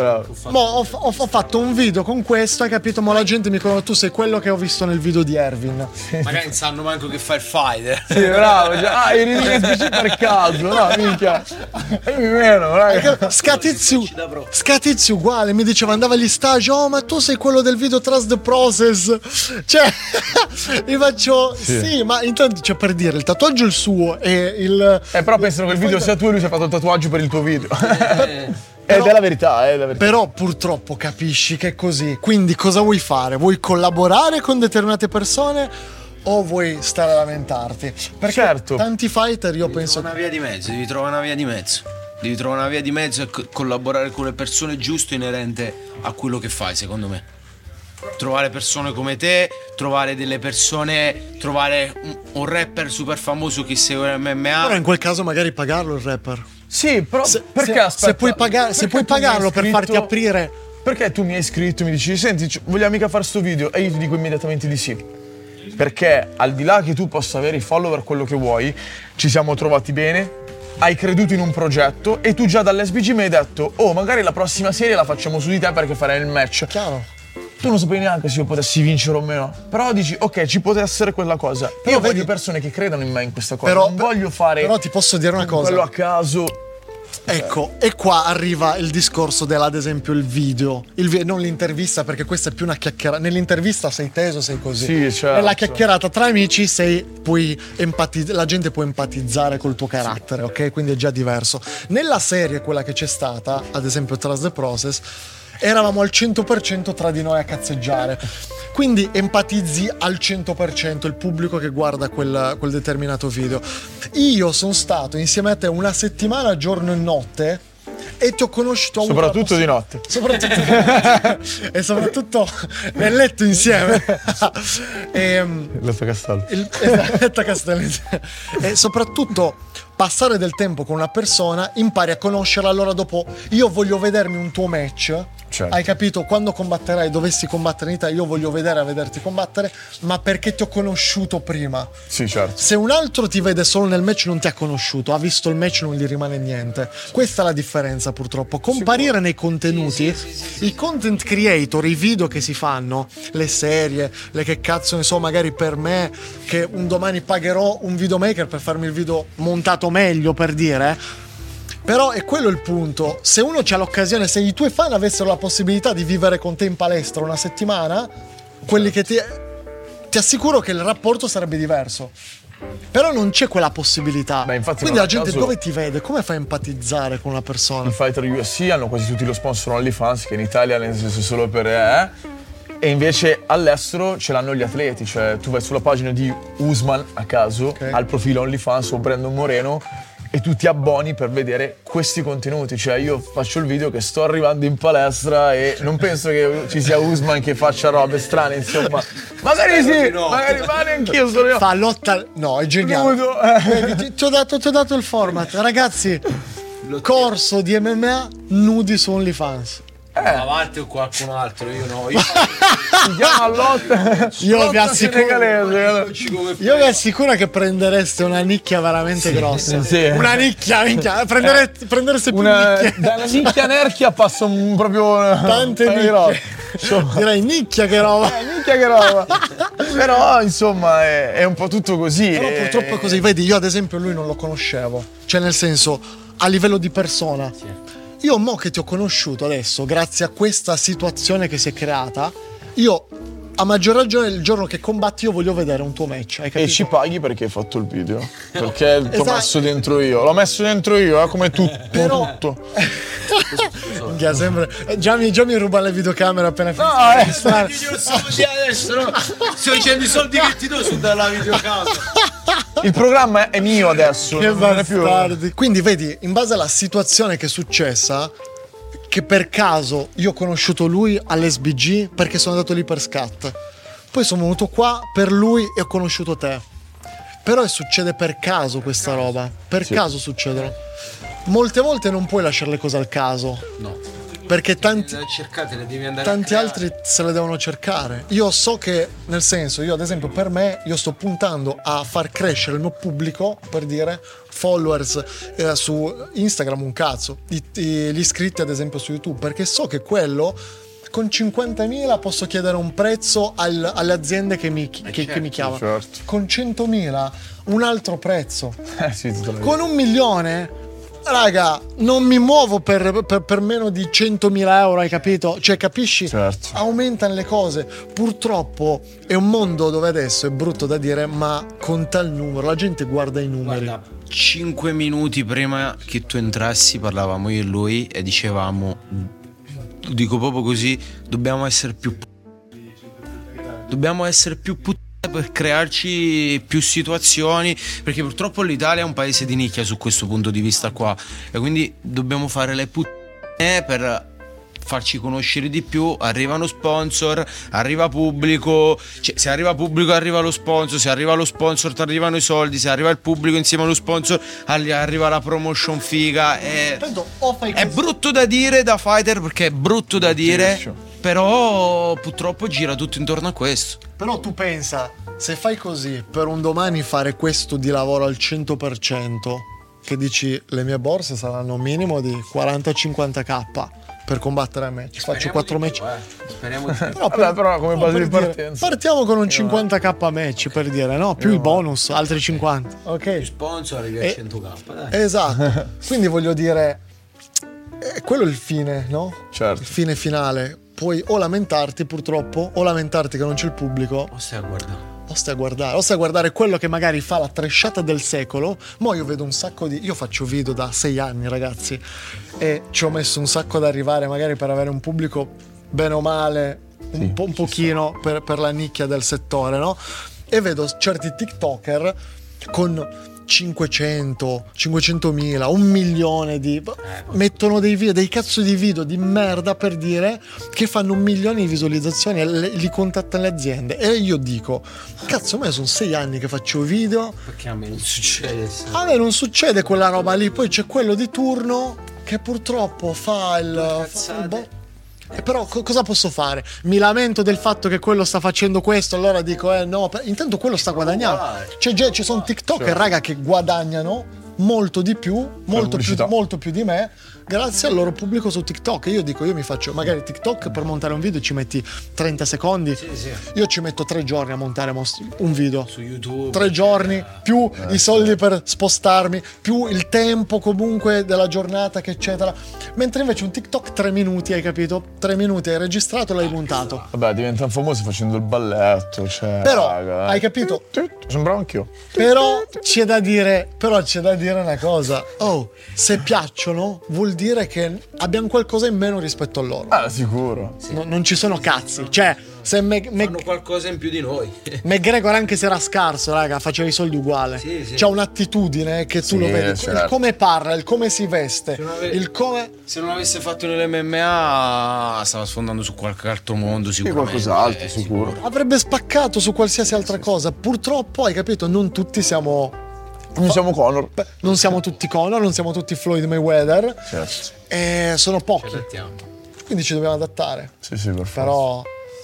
ho fatto un video con questo, hai capito, ma la gente mi conosce, tu sei quello che ho visto nel video di Erwin. Magari non sanno manco che fa il fighter. Sì, bravo, eri lì che dici per caso, no, minchia. Scatizio uguale, mi diceva, andava agli stage, ma tu sei quello del video Trust the Process, cioè mi faccio sì, ma intanto c'è per dire, il tatuaggio è il suo e il però pensano che il video sia tuo e lui si è fatto il tatuaggio per il tuo video. Ed è la verità, Però purtroppo capisci che è così. Quindi cosa vuoi fare? Vuoi collaborare con determinate persone o vuoi stare a lamentarti? Perché tanti fighter io penso una via di mezzo, devi trovare una via di mezzo. Devi trovare una via di mezzo e collaborare con le persone giuste inerente a quello che fai, secondo me. Trovare persone come te, trovare delle persone, trovare un rapper super famoso che segue MMA. Però in quel caso magari pagarlo il rapper. Sì, però perché aspetta? Se puoi pagarlo per farti aprire. Perché tu mi hai scritto e mi dici, senti, vogliamo mica fare sto video? E io ti dico immediatamente di sì. Perché al di là che tu possa avere i follower, quello che vuoi, ci siamo trovati bene, hai creduto in un progetto e tu già dall'SBG mi hai detto, oh, magari la prossima serie la facciamo su di te perché farai il match. Chiaro. Tu non sapevi neanche se io potessi vincere o meno. Però dici, ok, ci poteva essere quella cosa. Però io voglio persone che credano in me in questa cosa. Però, non voglio fare. Però ti posso dire una cosa. Quello a caso. Ecco, e qua arriva il discorso ad esempio, il video. Non l'intervista, perché questa è più una chiacchierata. Nell'intervista sei teso, sei così. Sì, certo. Nella chiacchierata tra amici la gente può empatizzare col tuo carattere, ok? Quindi è già diverso. Nella serie, quella che c'è stata, ad esempio Trust the Process, eravamo al 100% tra di noi a cazzeggiare. Quindi empatizzi al 100% il pubblico che guarda quel determinato video. Io sono stato insieme a te una settimana giorno e notte e ti ho conosciuto soprattutto di notte. E soprattutto nel letto insieme. Letto Castello. Letto Castello. E soprattutto passare del tempo con una persona, impari a conoscerla, allora dopo io voglio vedermi un tuo match. Certo. Hai capito? Quando combatterai, dovessi combattere in Italia, io voglio vederti combattere, ma perché ti ho conosciuto prima. Sì, certo. Se un altro ti vede solo nel match, non ti ha conosciuto, ha visto il match, non gli rimane niente. Questa è la differenza, purtroppo. Comparire nei contenuti, i content creator, i video che si fanno, le serie, le che cazzo ne so, magari per me, che un domani pagherò un videomaker per farmi il video montato meglio, per dire. Però è quello il punto. Se uno c'ha l'occasione, se i tuoi fan avessero la possibilità di vivere con te in palestra una settimana, quelli che ti assicuro che il rapporto sarebbe diverso. Però non c'è quella possibilità. Beh, infatti quindi la gente dove ti vede? Come fai a empatizzare con una persona? I fighter UFC hanno quasi tutti lo sponsor OnlyFans, che in Italia nel senso solo per e invece all'estero ce l'hanno gli atleti. Cioè tu vai sulla pagina di Usman a caso, okay, al profilo OnlyFans o Brandon Moreno, e tu ti abboni per vedere questi contenuti. Cioè io faccio il video che sto arrivando in palestra e non penso che ci sia Usman che faccia robe strane, insomma. Magari sì, no. Magari anch'io sono io. Fa lotta, no, è geniale. Ti ho dato il format, ragazzi. Corso di MMA nudi su OnlyFans. Avanti o qualcun altro, io no. Si chiama lotta. Io vi assicuro che prendereste una nicchia veramente grossa. Sì. Una nicchia, minchia. Prendereste più nicchie. Da una nicchia nerchia passa proprio tante nicchie. Direi nicchia che roba. Nicchia che roba. Però insomma è un po' tutto così. Però purtroppo è così. Vedi, io ad esempio lui non lo conoscevo. Cioè nel senso, a livello di persona. Sì. Io mo che ti ho conosciuto adesso, grazie a questa situazione che si è creata, io a maggior ragione il giorno che combatti io voglio vedere un tuo match, hai capito? E ci paghi perché hai fatto il video. Perché t'ho messo dentro io. L'ho messo dentro io, come tutto. Però... tutto. Sempre... già mi ruba le videocamere appena finito. Adesso no? Sto dicendo i soldi che ti do su dalla videocamera. Il programma è mio adesso. Che bastardi. Quindi vedi, in base alla situazione che è successa, che per caso io ho conosciuto lui all'SBG perché sono andato lì per scat. Poi sono venuto qua per lui e ho conosciuto te. Però succede per caso questa roba. Per caso succedono. Molte volte non puoi lasciare le cose al caso. No. Perché tanti devi altri se le devono cercare. Io so che, nel senso, io ad esempio per me, io sto puntando a far crescere il mio pubblico, per dire, followers su Instagram un cazzo, gli iscritti ad esempio su YouTube, perché so che quello, con 50.000 posso chiedere un prezzo alle aziende che mi chiamano. Certo. Con 100.000 un altro prezzo. Sì, con 1 milione... Raga, non mi muovo per meno di 100.000 euro, hai capito? Cioè, capisci? Certo. Aumentano le cose. Purtroppo è un mondo dove adesso è brutto da dire, ma conta il numero, la gente guarda i numeri. Guarda, 5 minuti prima che tu entrassi parlavamo io e lui e dicevamo, dico proprio così, dobbiamo essere più per crearci più situazioni, perché purtroppo l'Italia è un paese di nicchia su questo punto di vista qua, e quindi dobbiamo fare le puttane per farci conoscere di più. Arrivano sponsor, arriva pubblico, cioè, se arriva pubblico arriva lo sponsor, se arriva lo sponsor ti arrivano i soldi, se arriva il pubblico insieme allo sponsor arriva la promotion figa. È brutto da dire da fighter, perché è brutto da dire, però purtroppo gira tutto intorno a questo. Però tu pensa, se fai così per un domani fare questo di lavoro al 100%, che dici le mie borse saranno minimo di 40-50k per combattere a match. Faccio 4 match. Speriamo di però come base di partenza. Partiamo con un 50k match, per dire, no? Più il bonus, altri 50. Ok. Sponsor arrivi a 100k, dai. Esatto. Quindi voglio dire, quello è il fine, no? Certo. Il fine finale. Puoi o lamentarti, purtroppo, o lamentarti che non c'è il pubblico. O stai a guardare. O stai a guardare quello che magari fa la tresciata del secolo. Mo' io vedo un sacco di... Io faccio video da 6 anni, ragazzi, e ci ho messo un sacco ad arrivare, magari per avere un pubblico bene o male, un pochino per la nicchia del settore, no? E vedo certi TikToker con 500.000, 1 milione di... mettono dei video, dei cazzo di video di merda, per dire, che fanno 1 milione di visualizzazioni e li contattano le aziende. E io dico, cazzo, a me sono 6 anni che faccio video, perché a me non succede? A me non succede quella roba lì. Poi c'è quello di turno che purtroppo fa il però cosa posso fare? Mi lamento del fatto che quello sta facendo questo, allora dico no, intanto quello sta guadagnando. Ci sono TikToker, raga, che guadagnano molto di più, molto più di me, grazie al loro pubblico su TikTok. Io dico, io mi faccio magari TikTok, per montare un video ci metti 30 secondi. Sì. Io ci metto 3 giorni a montare un video su YouTube. 3 giorni, più i soldi per spostarmi, più il tempo comunque della giornata, che eccetera. Mentre invece un TikTok 3 minuti, hai capito? 3 minuti hai registrato e l'hai montato. Vabbè, diventano famosi facendo il balletto, cioè, però, raga, hai capito? Sembrava anch'io. Però c'è da dire una cosa. Oh, se piacciono vuol dire che abbiamo qualcosa in meno rispetto a loro. Ah, sicuro. Sì. Non ci sono cazzi. Cioè, se fanno qualcosa in più di noi. McGregor, anche se era scarso, raga, faceva i soldi uguale. Sì. C'ha un'attitudine che tu lo vedi. Certo. Il come parla, il come si veste, il come... Se non avesse fatto nell'MMA stava sfondando su qualche altro mondo, sicuramente. Qualcos'altro, sicuro. Avrebbe spaccato su qualsiasi altra cosa. Purtroppo, hai capito, non tutti siamo... Non siamo Conor. Non siamo tutti Conor, non siamo tutti Floyd Mayweather. Certo. E sono pochi. Quindi ci dobbiamo adattare. Sì, per forza. Però...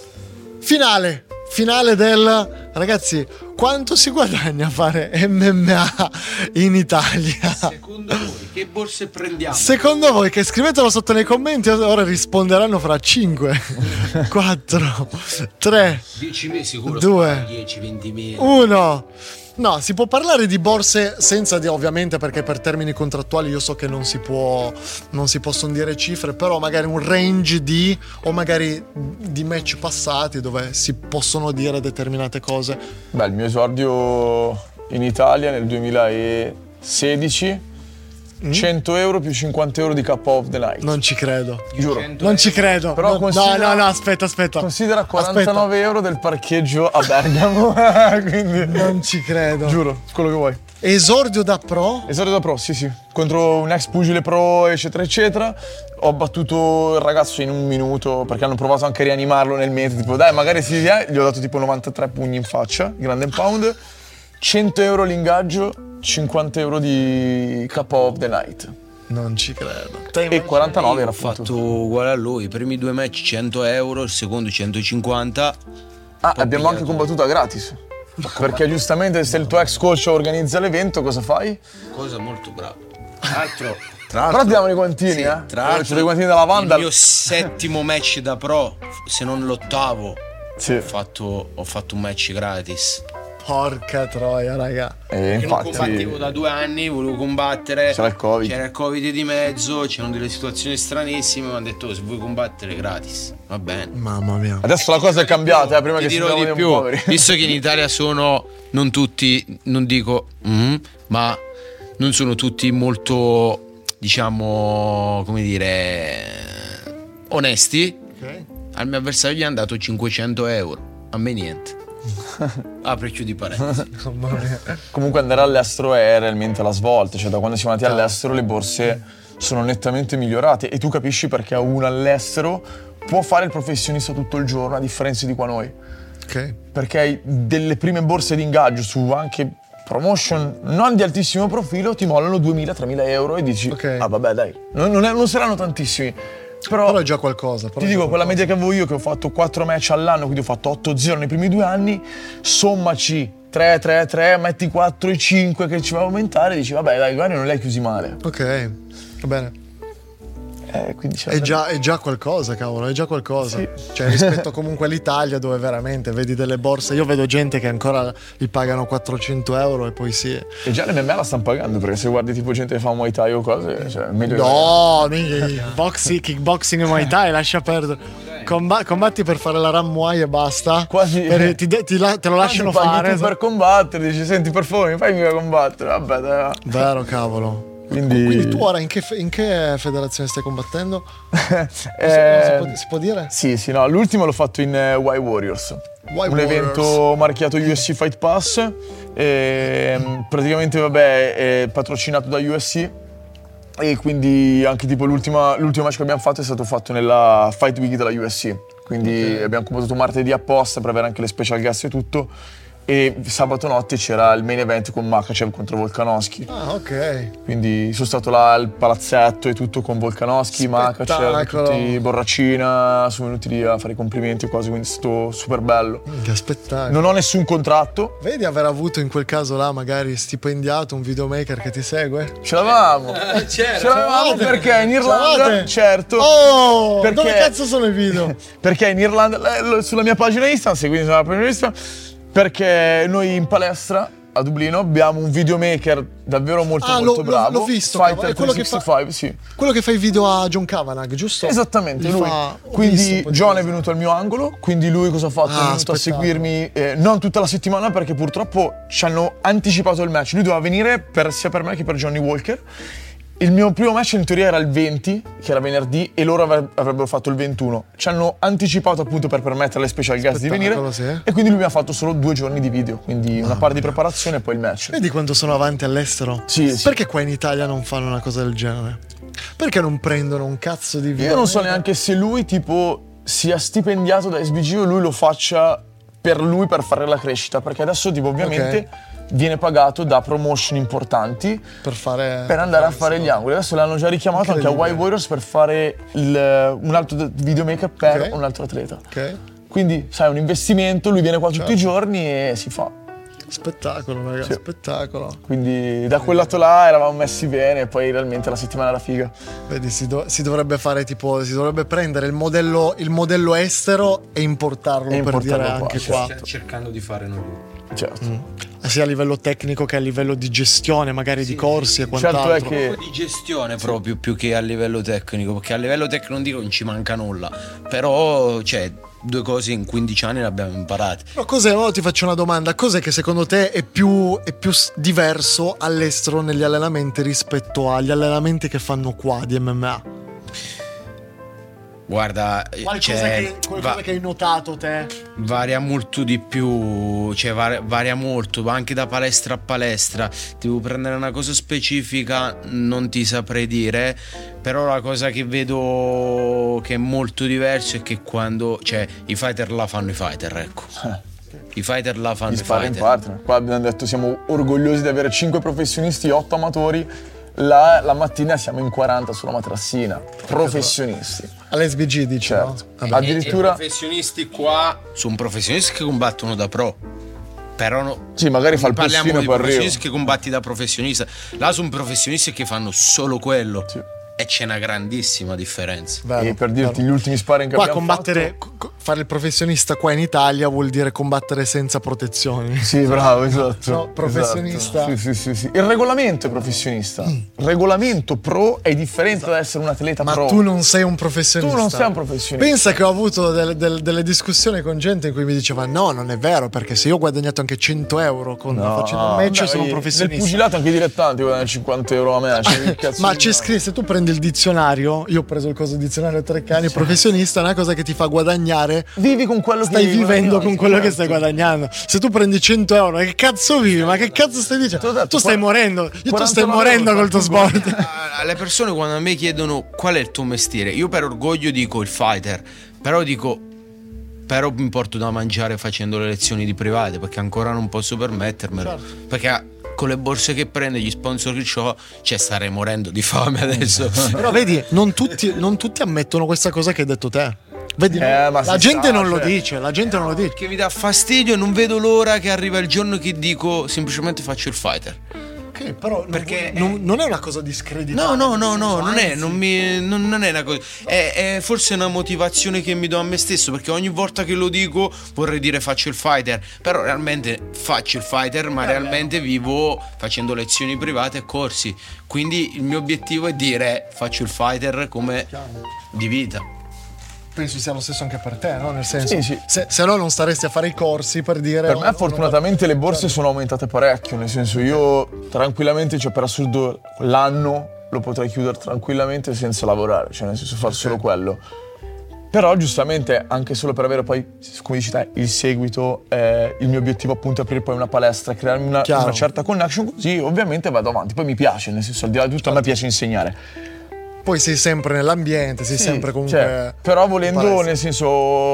Finale del... Ragazzi, quanto si guadagna a fare MMA in Italia? Secondo voi che borse prendiamo? Secondo voi, che scrivetelo sotto nei commenti, ora risponderanno fra 5, 4, 3, 10.000 sicuro, 2, 10-20.000. 1. No, si può parlare di borse senza di, ovviamente, perché per termini contrattuali io so che non si possono dire cifre, però magari un range di, o magari di match passati dove si possono dire determinate cose. Beh, il mio esordio in Italia nel 2016, 100 euro più 50 euro di Cup of the Night. Non ci credo. Giuro. Non ci credo. Però no, aspetta. Considera 49 euro del parcheggio a Bergamo. Quindi non ci credo. Giuro, quello che vuoi. Esordio da pro? Esordio da pro, sì. Contro un ex pugile pro, eccetera, eccetera. Ho battuto il ragazzo in 1 minuto, perché hanno provato anche a rianimarlo nel mezzo. Tipo, dai, magari sì, gli ho dato tipo 93 pugni in faccia, grande pound. 100 euro l'ingaggio, 50 euro di Cup of the Night. Non ci credo. E 49 era Ho fatto uguale a lui. I primi 2 match 100 euro, il secondo 150. Abbiamo anche combattuto a gratis. Perché giustamente se il tuo ex coach organizza l'evento, cosa fai? Cosa molto bravo. Tra l'altro però ti diamo i guantini, sì, eh? Tra l'altro, c'ho dei guantini della Vandal. Il mio 7° match da pro, se non l'8º, sì. ho fatto un match gratis. Porca troia, raga. Infatti, non combattevo da 2 anni, volevo combattere. C'era il Covid di mezzo, c'erano delle situazioni stranissime. Mi hanno detto, se vuoi combattere gratis, va bene. Mamma mia. Adesso la cosa è cambiata, prima ti che si dirò di più. poveri. Visto che in Italia sono, non tutti, non dico, ma non sono tutti molto, diciamo, come dire, onesti. Okay. Al mio avversario gli hanno dato 500 euro, a me niente. Apri e chiudi parentesi. Comunque andare all'estero è realmente la svolta, cioè da quando siamo andati all'estero le borse sono nettamente migliorate e tu capisci perché uno all'estero può fare il professionista tutto il giorno a differenza di qua noi. Ok. Perché hai delle prime borse di ingaggio su anche promotion non di altissimo profilo, ti mollano 2.000-3.000 euro e dici ah vabbè dai, non saranno tantissimi. Però è già qualcosa. Ti dico, quella media che avevo io, che ho fatto 4 match all'anno, quindi ho fatto 8-0 nei primi 2 anni, sommaci 3, metti 4 e 5 che ci va a aumentare, dici vabbè dai, guarda, non li hai chiusi male. Ok, va bene. Quindi è già qualcosa, cavolo, è già qualcosa. Sì. Cioè, rispetto comunque all'Italia, dove veramente vedi delle borse. Io vedo gente che ancora li pagano 400 euro e poi sì. E già l'MMA la stanno pagando, perché se guardi tipo gente che fa Muay Thai o cose, cioè meglio. No, kickboxing e Muay Thai, lascia perdere. Combatti per fare la Ram Muay e basta. Quasi. Te lo lasciano fare. Per combattere, dici senti per favore, mi fai mica combattere. Vabbè, dai. Vero, cavolo. Quindi tu ora in che federazione stai combattendo? Si può dire? Sì, no, l'ultimo l'ho fatto in Y Warriors. Evento marchiato UFC Fight Pass. Praticamente è patrocinato da UFC. E quindi anche tipo l'ultimo match che abbiamo fatto è stato fatto nella Fight Week della UFC. Quindi abbiamo combattuto martedì apposta per avere anche le special guest e tutto. E sabato notte c'era il main event con Makhachev contro Volkanovski. Ah, ok. Quindi sono stato là al palazzetto e tutto con Volkanovski, Makhachev, tutti Borracina, sono venuti lì a fare i complimenti e cose, quindi è stato super bello. Che spettacolo. Non ho nessun contratto. Vedi aver avuto in quel caso là magari stipendiato un videomaker che ti segue? Ce l'avevamo. Certo. Ce l'avevamo perché in Irlanda, certo. Oh, perché... dove cazzo sono i video? Perché in Irlanda, sulla mia pagina Instagram, seguite sulla pagina Instagram, perché noi in palestra a Dublino abbiamo un videomaker davvero molto bravo. L'ho visto, Fighter quello 365, sì. Quello che fa i video a John Kavanagh, giusto? Esattamente, lui. Quindi John è venuto al mio angolo, quindi lui cosa ha fatto? È venuto a seguirmi non tutta la settimana perché purtroppo ci hanno anticipato il match. Lui doveva venire sia per me che per Johnny Walker. Il mio primo match in teoria era il 20, che era venerdì, e loro avrebbero fatto il 21. Ci hanno anticipato appunto per permettere alle special guest di venire, sì. E quindi lui mi ha fatto solo 2 giorni di video, quindi una parte di preparazione e poi il match. Vedi quanto sono avanti all'estero? Sì. Perché qua in Italia non fanno una cosa del genere? Perché non prendono un cazzo di video? Io non so neanche se lui tipo sia stipendiato da SBG o lui lo faccia per lui per fare la crescita, perché adesso tipo ovviamente... viene pagato da promotion importanti per andare a fare gli angoli. Adesso l'hanno già richiamato anche a Y Warriors per fare un altro videomaker per un altro atleta. Quindi sai, è un investimento, lui viene qua tutti i giorni e si fa. Spettacolo, ragazzi, spettacolo. Quindi da quel lato là eravamo messi bene e poi realmente la settimana era figa. Vedi, si dovrebbe fare tipo, si dovrebbe prendere il modello estero e importarlo per dire anche qua. Stiamo cercando di fare noi. Certo. Sia a livello tecnico che a livello di gestione, magari di corsi e quant'altro. Certo è che di gestione proprio più che a livello tecnico, perché a livello tecnico non dico non ci manca nulla, però 2 cose in 15 anni le abbiamo imparate. Ora ti faccio una domanda, cos'è che secondo te è più diverso all'estero negli allenamenti rispetto agli allenamenti che fanno qua di MMA? Guarda, qualcosa che hai notato te? Varia molto di più, varia molto, anche da palestra a palestra. Devo prendere una cosa specifica, non ti saprei dire, però la cosa che vedo che è molto diverso è che quando, i fighter la fanno i fighter, ecco. I fighter la fanno i fighter. Partner. Qua abbiamo detto siamo orgogliosi di avere 5 professionisti, 8 amatori. La mattina siamo in 40 sulla matrassina, professionisti. All'SBG dici, certo. No? Addirittura i professionisti qua sono professionisti che combattono da pro. Però sì, magari fa il parliamo postino di e poi professionisti che combatti da professionista. Là sono professionisti che fanno solo quello. Sì. E c'è una grandissima differenza. E per dirti gli ultimi sparring che abbiamo fare il professionista qua in Italia vuol dire combattere senza protezioni. Sì, bravo, esatto. No, professionista. Esatto. Sì. Il regolamento è professionista. Il regolamento pro è differente da essere un atleta pro. Ma tu non sei un professionista. Tu non sei un professionista. Pensa che ho avuto delle discussioni con gente in cui mi diceva no, non è vero, perché se io ho guadagnato anche 100 euro facendo un match sono un professionista. Nel pugilato anche i dilettanti guadagnano 50 euro a match. Ma c'è scritto, se tu prendi il dizionario, io ho preso il coso dizionario Treccani, professionista è una cosa che ti fa guadagnare guadagnare, vivi con quello stai che vivendo con quello che stai guadagnando. Se tu prendi 100 euro, che cazzo vivi? Ma che cazzo stai dicendo? Tu stai morendo. Tu stai morendo col tuo sport. Le persone quando a me chiedono qual è il tuo mestiere, io per orgoglio dico il fighter, però mi porto da mangiare facendo le lezioni di private, perché ancora non posso permettermelo. Certo. Perché con le borse che prende, gli sponsor che ho, starei morendo di fame adesso. Però vedi, non tutti ammettono questa cosa che hai detto te. Vedi, la gente non lo dice, la gente non lo dice. Che mi dà fastidio e non vedo l'ora che arriva il giorno che dico semplicemente faccio il fighter. Ok, però perché non è una cosa discreditata. No, non è una cosa. È forse una motivazione che mi do a me stesso, perché ogni volta che lo dico vorrei dire faccio il fighter, però realmente faccio il fighter, ma realmente vivo facendo lezioni private e corsi. Quindi il mio obiettivo è dire faccio il fighter come di vita. Penso sia lo stesso anche per te, no? Nel senso, sì. Se no non staresti a fare i corsi per dire. Per me fortunatamente le borse sono aumentate parecchio, nel senso io tranquillamente, per assurdo, l'anno lo potrei chiudere tranquillamente senza lavorare, nel senso far solo quello. Però giustamente anche solo per avere poi, come dici te, il seguito, il mio obiettivo appunto è aprire poi una palestra, crearmi una certa connection, così ovviamente vado avanti. Poi mi piace, nel senso al di là di tutto a me piace insegnare. Poi sei sempre nell'ambiente, sei sempre comunque. Però volendo, nel senso,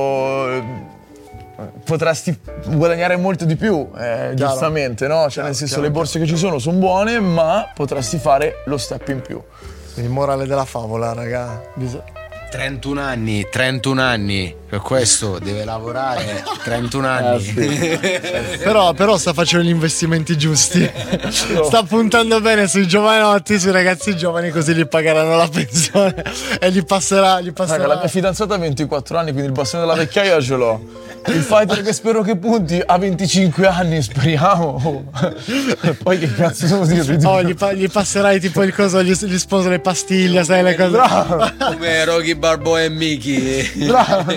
potresti guadagnare molto di più, giustamente, no? Nel senso, le borse che ci sono buone, ma potresti fare lo step in più. Quindi morale della favola, raga. 31 anni, per questo deve lavorare 31 anni. Sì. Però sta facendo gli investimenti giusti. Sta puntando bene sui giovanotti, sui ragazzi giovani, così gli pagheranno la pensione e gli passerà. Raga, la mia fidanzata ha 24 anni, quindi il bastone della vecchiaia ce l'ho. Il fighter che spero che punti ha 25 anni, speriamo. Poi che cazzo devo dire? Gli passerai tipo il coso, gli sposo le pastiglie, sai le cose. Bravo. Come Rocky Balboa e Mickey. Bravo.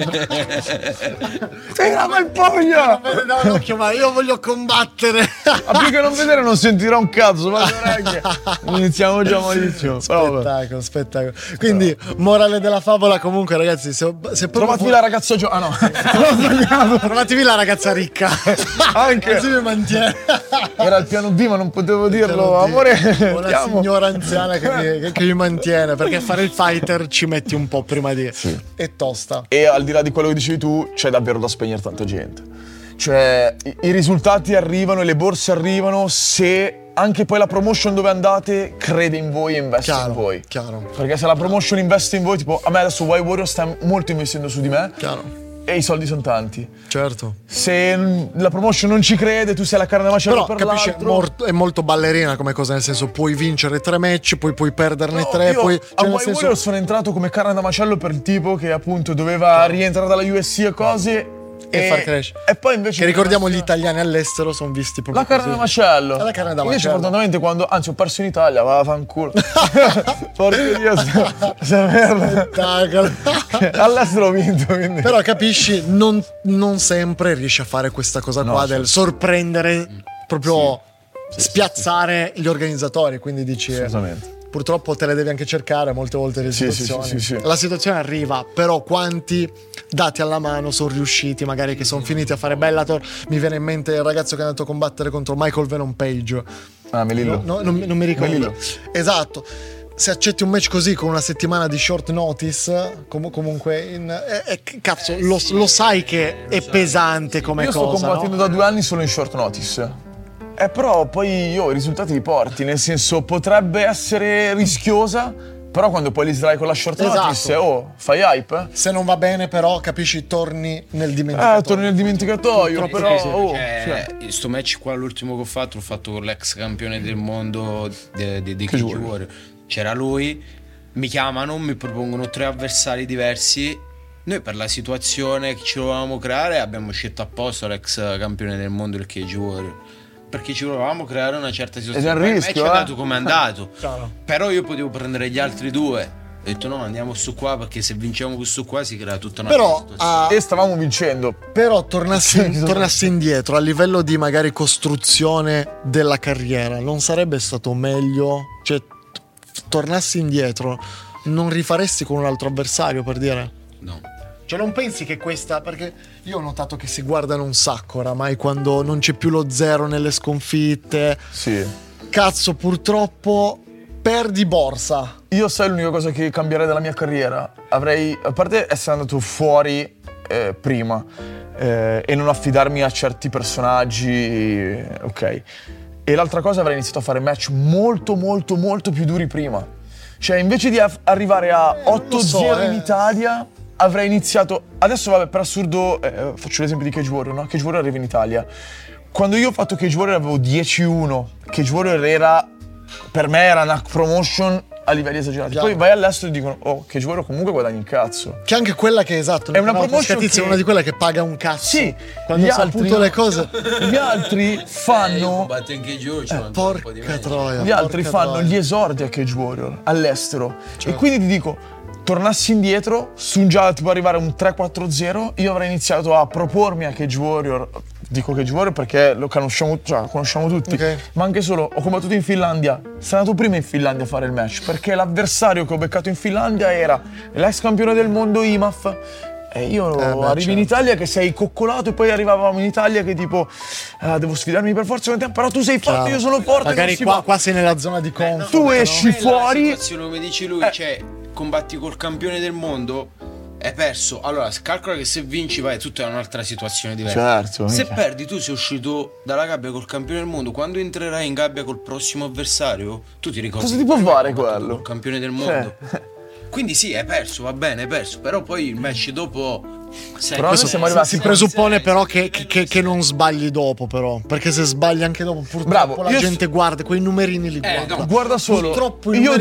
Tira quel pugno! No, l'occhio, ma io voglio combattere. Ma più che non vedere non sentirò un cazzo, ma iniziamo già malissimo. Spettacolo. Quindi, morale della favola, comunque, ragazzi, se trovatevi la ragazza trovatevi la ragazza ricca. Anche. Così mi mantiene. Era il piano D, ma non potevo dirlo, amore. O la signora anziana che mi mantiene, perché fare il fighter ci metti un po' prima di. Sì. È tosta. E al di là di quello che dicevi tu, c'è davvero da spegnere tanta gente. Cioè, i risultati arrivano e le borse arrivano se anche poi la promotion dove andate crede in voi e investe in voi. Chiaro. Perché se la promotion investe in voi, tipo a me adesso Why Warrior sta molto investendo su di me. Chiaro. E i soldi sono tanti. Certo. Se la promotion non ci crede, tu sei la carne da macello per capisci, l'altro. è molto ballerina come cosa, nel senso puoi vincere 3 match, poi puoi perderne 3. Io poi, a Why Warrior sono entrato come carne da macello per il tipo che appunto doveva rientrare dalla USC e cose. E far crescere. E poi invece che ricordiamo gli italiani all'estero sono visti proprio la carne da macello. La carne da macello. Invece fortunatamente quando ho perso in Italia, vaffanculo. Porca Dio, all'estero ho vinto, quindi. Però capisci, non sempre riesci a fare questa cosa qua del sorprendere, proprio spiazzare gli organizzatori, quindi dici purtroppo te le devi anche cercare molte volte le situazioni. Sì. La situazione arriva, però quanti dati alla mano sono riusciti, magari che sono finiti a fare Bellator. Mi viene in mente il ragazzo che è andato a combattere contro Michael Venom Page. Melillo. No, non mi ricordo. Melillo. Esatto. Se accetti un match così con una settimana di short notice, comunque cazzo, lo sai che è pesante come cosa. Io sto combattendo da 2 anni solo in short notice. Però poi i risultati li porti, nel senso potrebbe essere rischiosa, però quando poi li sdrai con la short notice, fai hype. Se non va bene però, capisci, torni nel dimenticatoio. Torni nel dimenticatoio, però. Sto match qua, l'ultimo che ho fatto con l'ex campione del mondo di Cage Warrior. C'era lui, mi chiamano, mi propongono 3 avversari diversi. Noi per la situazione che ci volevamo creare abbiamo scelto apposta l'ex campione del mondo del Cage Warrior, perché ci volevamo creare una certa situazione. Ed è un rischio, è andato come è andato. Però io potevo prendere gli altri 2. Ho detto no, andiamo su qua, perché se vinciamo questo qua si crea tutta una situazione. E stavamo vincendo. Però tornassi indietro a livello di magari costruzione della carriera, non sarebbe stato meglio? Cioè, tornassi indietro, non rifaresti con un altro avversario, per dire? No. Cioè non pensi che questa, perché io ho notato che si guardano un sacco oramai quando non c'è più lo zero nelle sconfitte. Sì. Cazzo, purtroppo perdi borsa. Io sai l'unica cosa che cambierei della mia carriera? Avrei, a parte essere andato fuori prima e non affidarmi a certi personaggi, ok. E l'altra cosa, avrei iniziato a fare match molto molto molto più duri prima. Cioè invece di arrivare a 8-0 in Italia, avrei iniziato. Adesso vabbè, per assurdo, faccio l'esempio di Cage Warrior, no? Cage Warrior arriva in Italia. Quando io ho fatto Cage Warrior avevo 10-1. Cage Warrior era, per me era una promotion a livelli esagerati. Chiaro. Poi vai all'estero e dicono, oh, Cage Warrior comunque guadagni un cazzo. C'è anche quella che, esatto, è una promotion che... è una di quelle che paga un cazzo. Sì, quando gli sa altri, appunto le cose. Gli altri fanno... Porca troia. Gli altri fanno troia. gli esordi a Cage Warrior all'estero. Certo. E quindi ti dico, tornassi indietro, su già tipo arrivare a un 3-4-0, io avrei iniziato a propormi a Cage Warrior. Dico Cage Warrior perché lo conosciamo, cioè, conosciamo tutti, okay. Ma anche solo, ho combattuto in Finlandia, sono andato prima in Finlandia a fare il match, perché l'avversario che ho beccato in Finlandia era l'ex campione del mondo IMAF, e io arrivi in Italia che sei coccolato, e poi arrivavamo in Italia che tipo, devo sfidarmi per forza con te, però tu sei forte, io sono forte. Magari qua sei nella zona di comfort. Tu esci fuori. La situazione, come dici lui, cioè, combatti col campione del mondo, hai perso. Allora, calcola che se vinci vai, tutta è un'altra situazione diversa. Certo. Se perdi, tu sei uscito dalla gabbia col campione del mondo. Quando entrerai in gabbia col prossimo avversario, tu ti ricordi cosa ti può fare quello? Col campione del mondo. Quindi sì, hai perso, va bene, hai perso. Però poi il match dopo. Però noi siamo arrivati. Si presuppone però che non sbagli dopo, però. Perché se sbagli anche dopo, purtroppo bravo, la gente guarda, quei numerini li guarda. No, guarda solo, io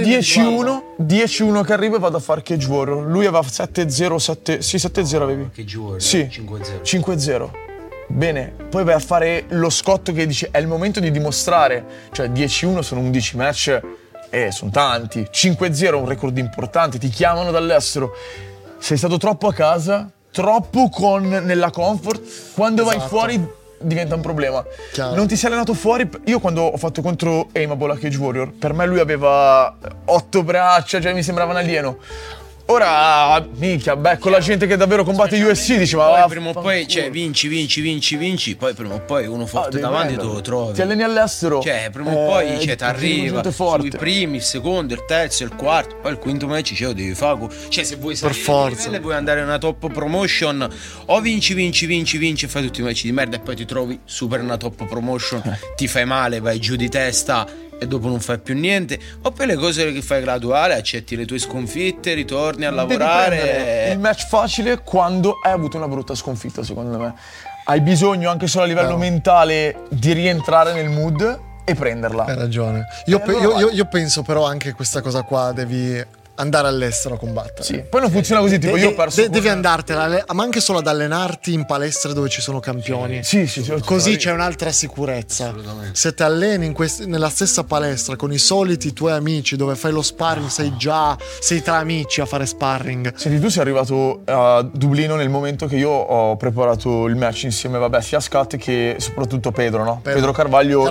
10-1 che arrivo e vado a fare Cage Warrior. Lui aveva 7-0, sì, 7-0 avevi. Cage Warrior, sì, 5-0. Bene, poi vai a fare lo scotto che dice è il momento di dimostrare. Cioè 10-1 sono 11 match. Sono tanti. 5-0 è un record importante, ti chiamano dall'estero. Sei stato troppo a casa, troppo nella comfort. Quando vai fuori diventa un problema. Chiaro. Non ti sei allenato fuori. Io quando ho fatto contro Aimable a Cage Warrior, per me lui aveva 8 braccia, cioè mi sembrava un alieno. Ora, minchia, con la gente che davvero combatte UFC diceva poi prima o poi, cioè, vinci, poi prima o poi uno forte davanti te lo trovi. Ti alleni all'estero. Cioè, prima o poi ti arriva sui primi, il secondo, il terzo, il quarto, poi il quinto match ce lo devi fare. Cioè, se vuoi salire per forza, livello, vuoi andare in una top promotion, o vinci e fai tutti i match di merda e poi ti trovi super in una top promotion, ti fai male, vai giù di testa e dopo non fai più niente, o per le cose che fai graduale, accetti le tue sconfitte, ritorni a lavorare. Il match facile quando hai avuto una brutta sconfitta, secondo me. Hai bisogno anche solo a livello mentale di rientrare nel mood e prenderla. Hai ragione. Io penso però anche questa cosa qua devi andare all'estero a combattere. Sì. Poi non funziona così, tipo io ho perso. Devi andartela, ma anche solo ad allenarti in palestre dove ci sono campioni. Sì, così c'è un'altra sicurezza. Se ti alleni nella stessa palestra con i soliti tuoi amici dove fai lo sparring, sei tra amici a fare sparring. Senti, tu sei arrivato a Dublino nel momento che io ho preparato il match insieme, sia a Scat che soprattutto Pedro, no? Pedro Carvalho.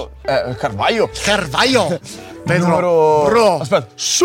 Carvalho. Pedro. Aspetta. Sì.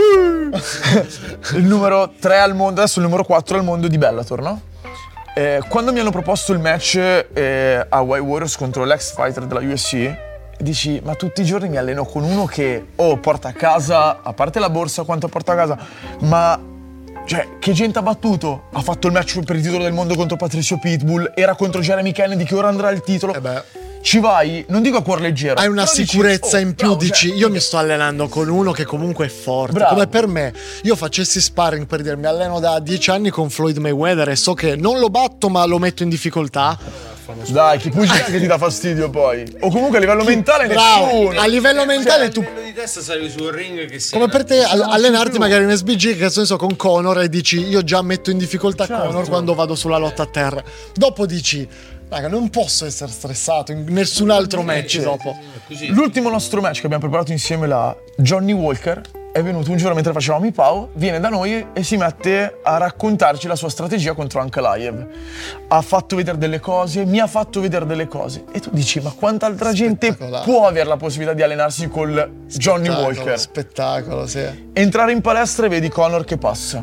Il numero 3 al mondo, adesso il numero 4 al mondo di Bellator, no? Quando mi hanno proposto il match a White Warriors contro l'ex fighter della UFC, dici, ma tutti i giorni mi alleno con uno che porta a casa, a parte la borsa, quanto porta a casa, ma cioè, che gente ha battuto? Ha fatto il match per il titolo del mondo contro Patricio Pitbull, era contro Jeremy Kennedy che ora andrà il titolo. Ci vai, non dico a cuor leggero. Hai una sicurezza in più, dici io mi sto allenando con uno che comunque è forte. Bravo. Come per me, io facessi sparring, per dire, mi alleno da 10 anni con Floyd Mayweather e so che non lo batto ma lo metto in difficoltà. Dai, chi pugila che ti dà fastidio poi. O comunque a livello mentale nessuno. A livello mentale tu. A livello di testa sali sul ring che sei. Come per te allenarti magari in SBG, che cazzo ne so, con Conor e dici io già metto in difficoltà Conor quando vado sulla lotta a terra. Dopo dici raga, non posso essere stressato in nessun altro match dopo. L'ultimo nostro match che abbiamo preparato insieme là, Johnny Walker è venuto un giorno mentre facevamo i PAO, viene da noi e si mette a raccontarci la sua strategia contro Ankalaev. Ha fatto vedere delle cose, mi ha fatto vedere delle cose. E tu dici, ma quanta altra gente può avere la possibilità di allenarsi col Johnny Walker? Spettacolo, sì. Entrare in palestra e vedi Conor che passa.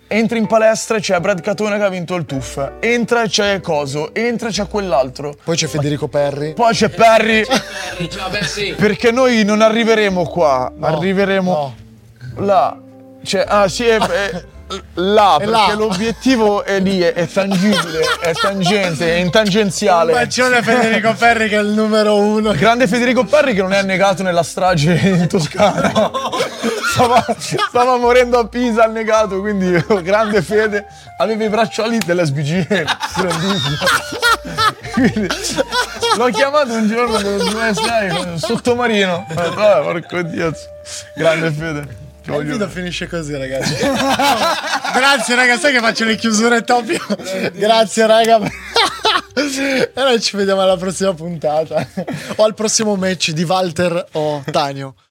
Entri in palestra e c'è Brad Catone che ha vinto il TUF. Entra e c'è Coso. Entra e c'è quell'altro. Poi c'è Federico Perri. Poi c'è Perry. Perché noi non arriveremo qua. No, arriveremo no. là. Cioè, là, perché là. l'obiettivo è lì, è tangibile, è tangente, è in tangenziale. Bacione a Federico Perri che è il numero 1. Grande Federico Perri che non è annegato nella strage in Toscana. Stava morendo a Pisa annegato, quindi grande Fede. Aveva i bracciali dell'SBG, grandissimo. Quindi l'ho chiamato un giorno sottomarino. Porco Dio. Grande Fede. Il video finisce così, ragazzi. Grazie, raga. Sai che faccio le chiusure top? Grazie, raga. E noi ci vediamo alla prossima puntata. O al prossimo match di Walter o Tanio.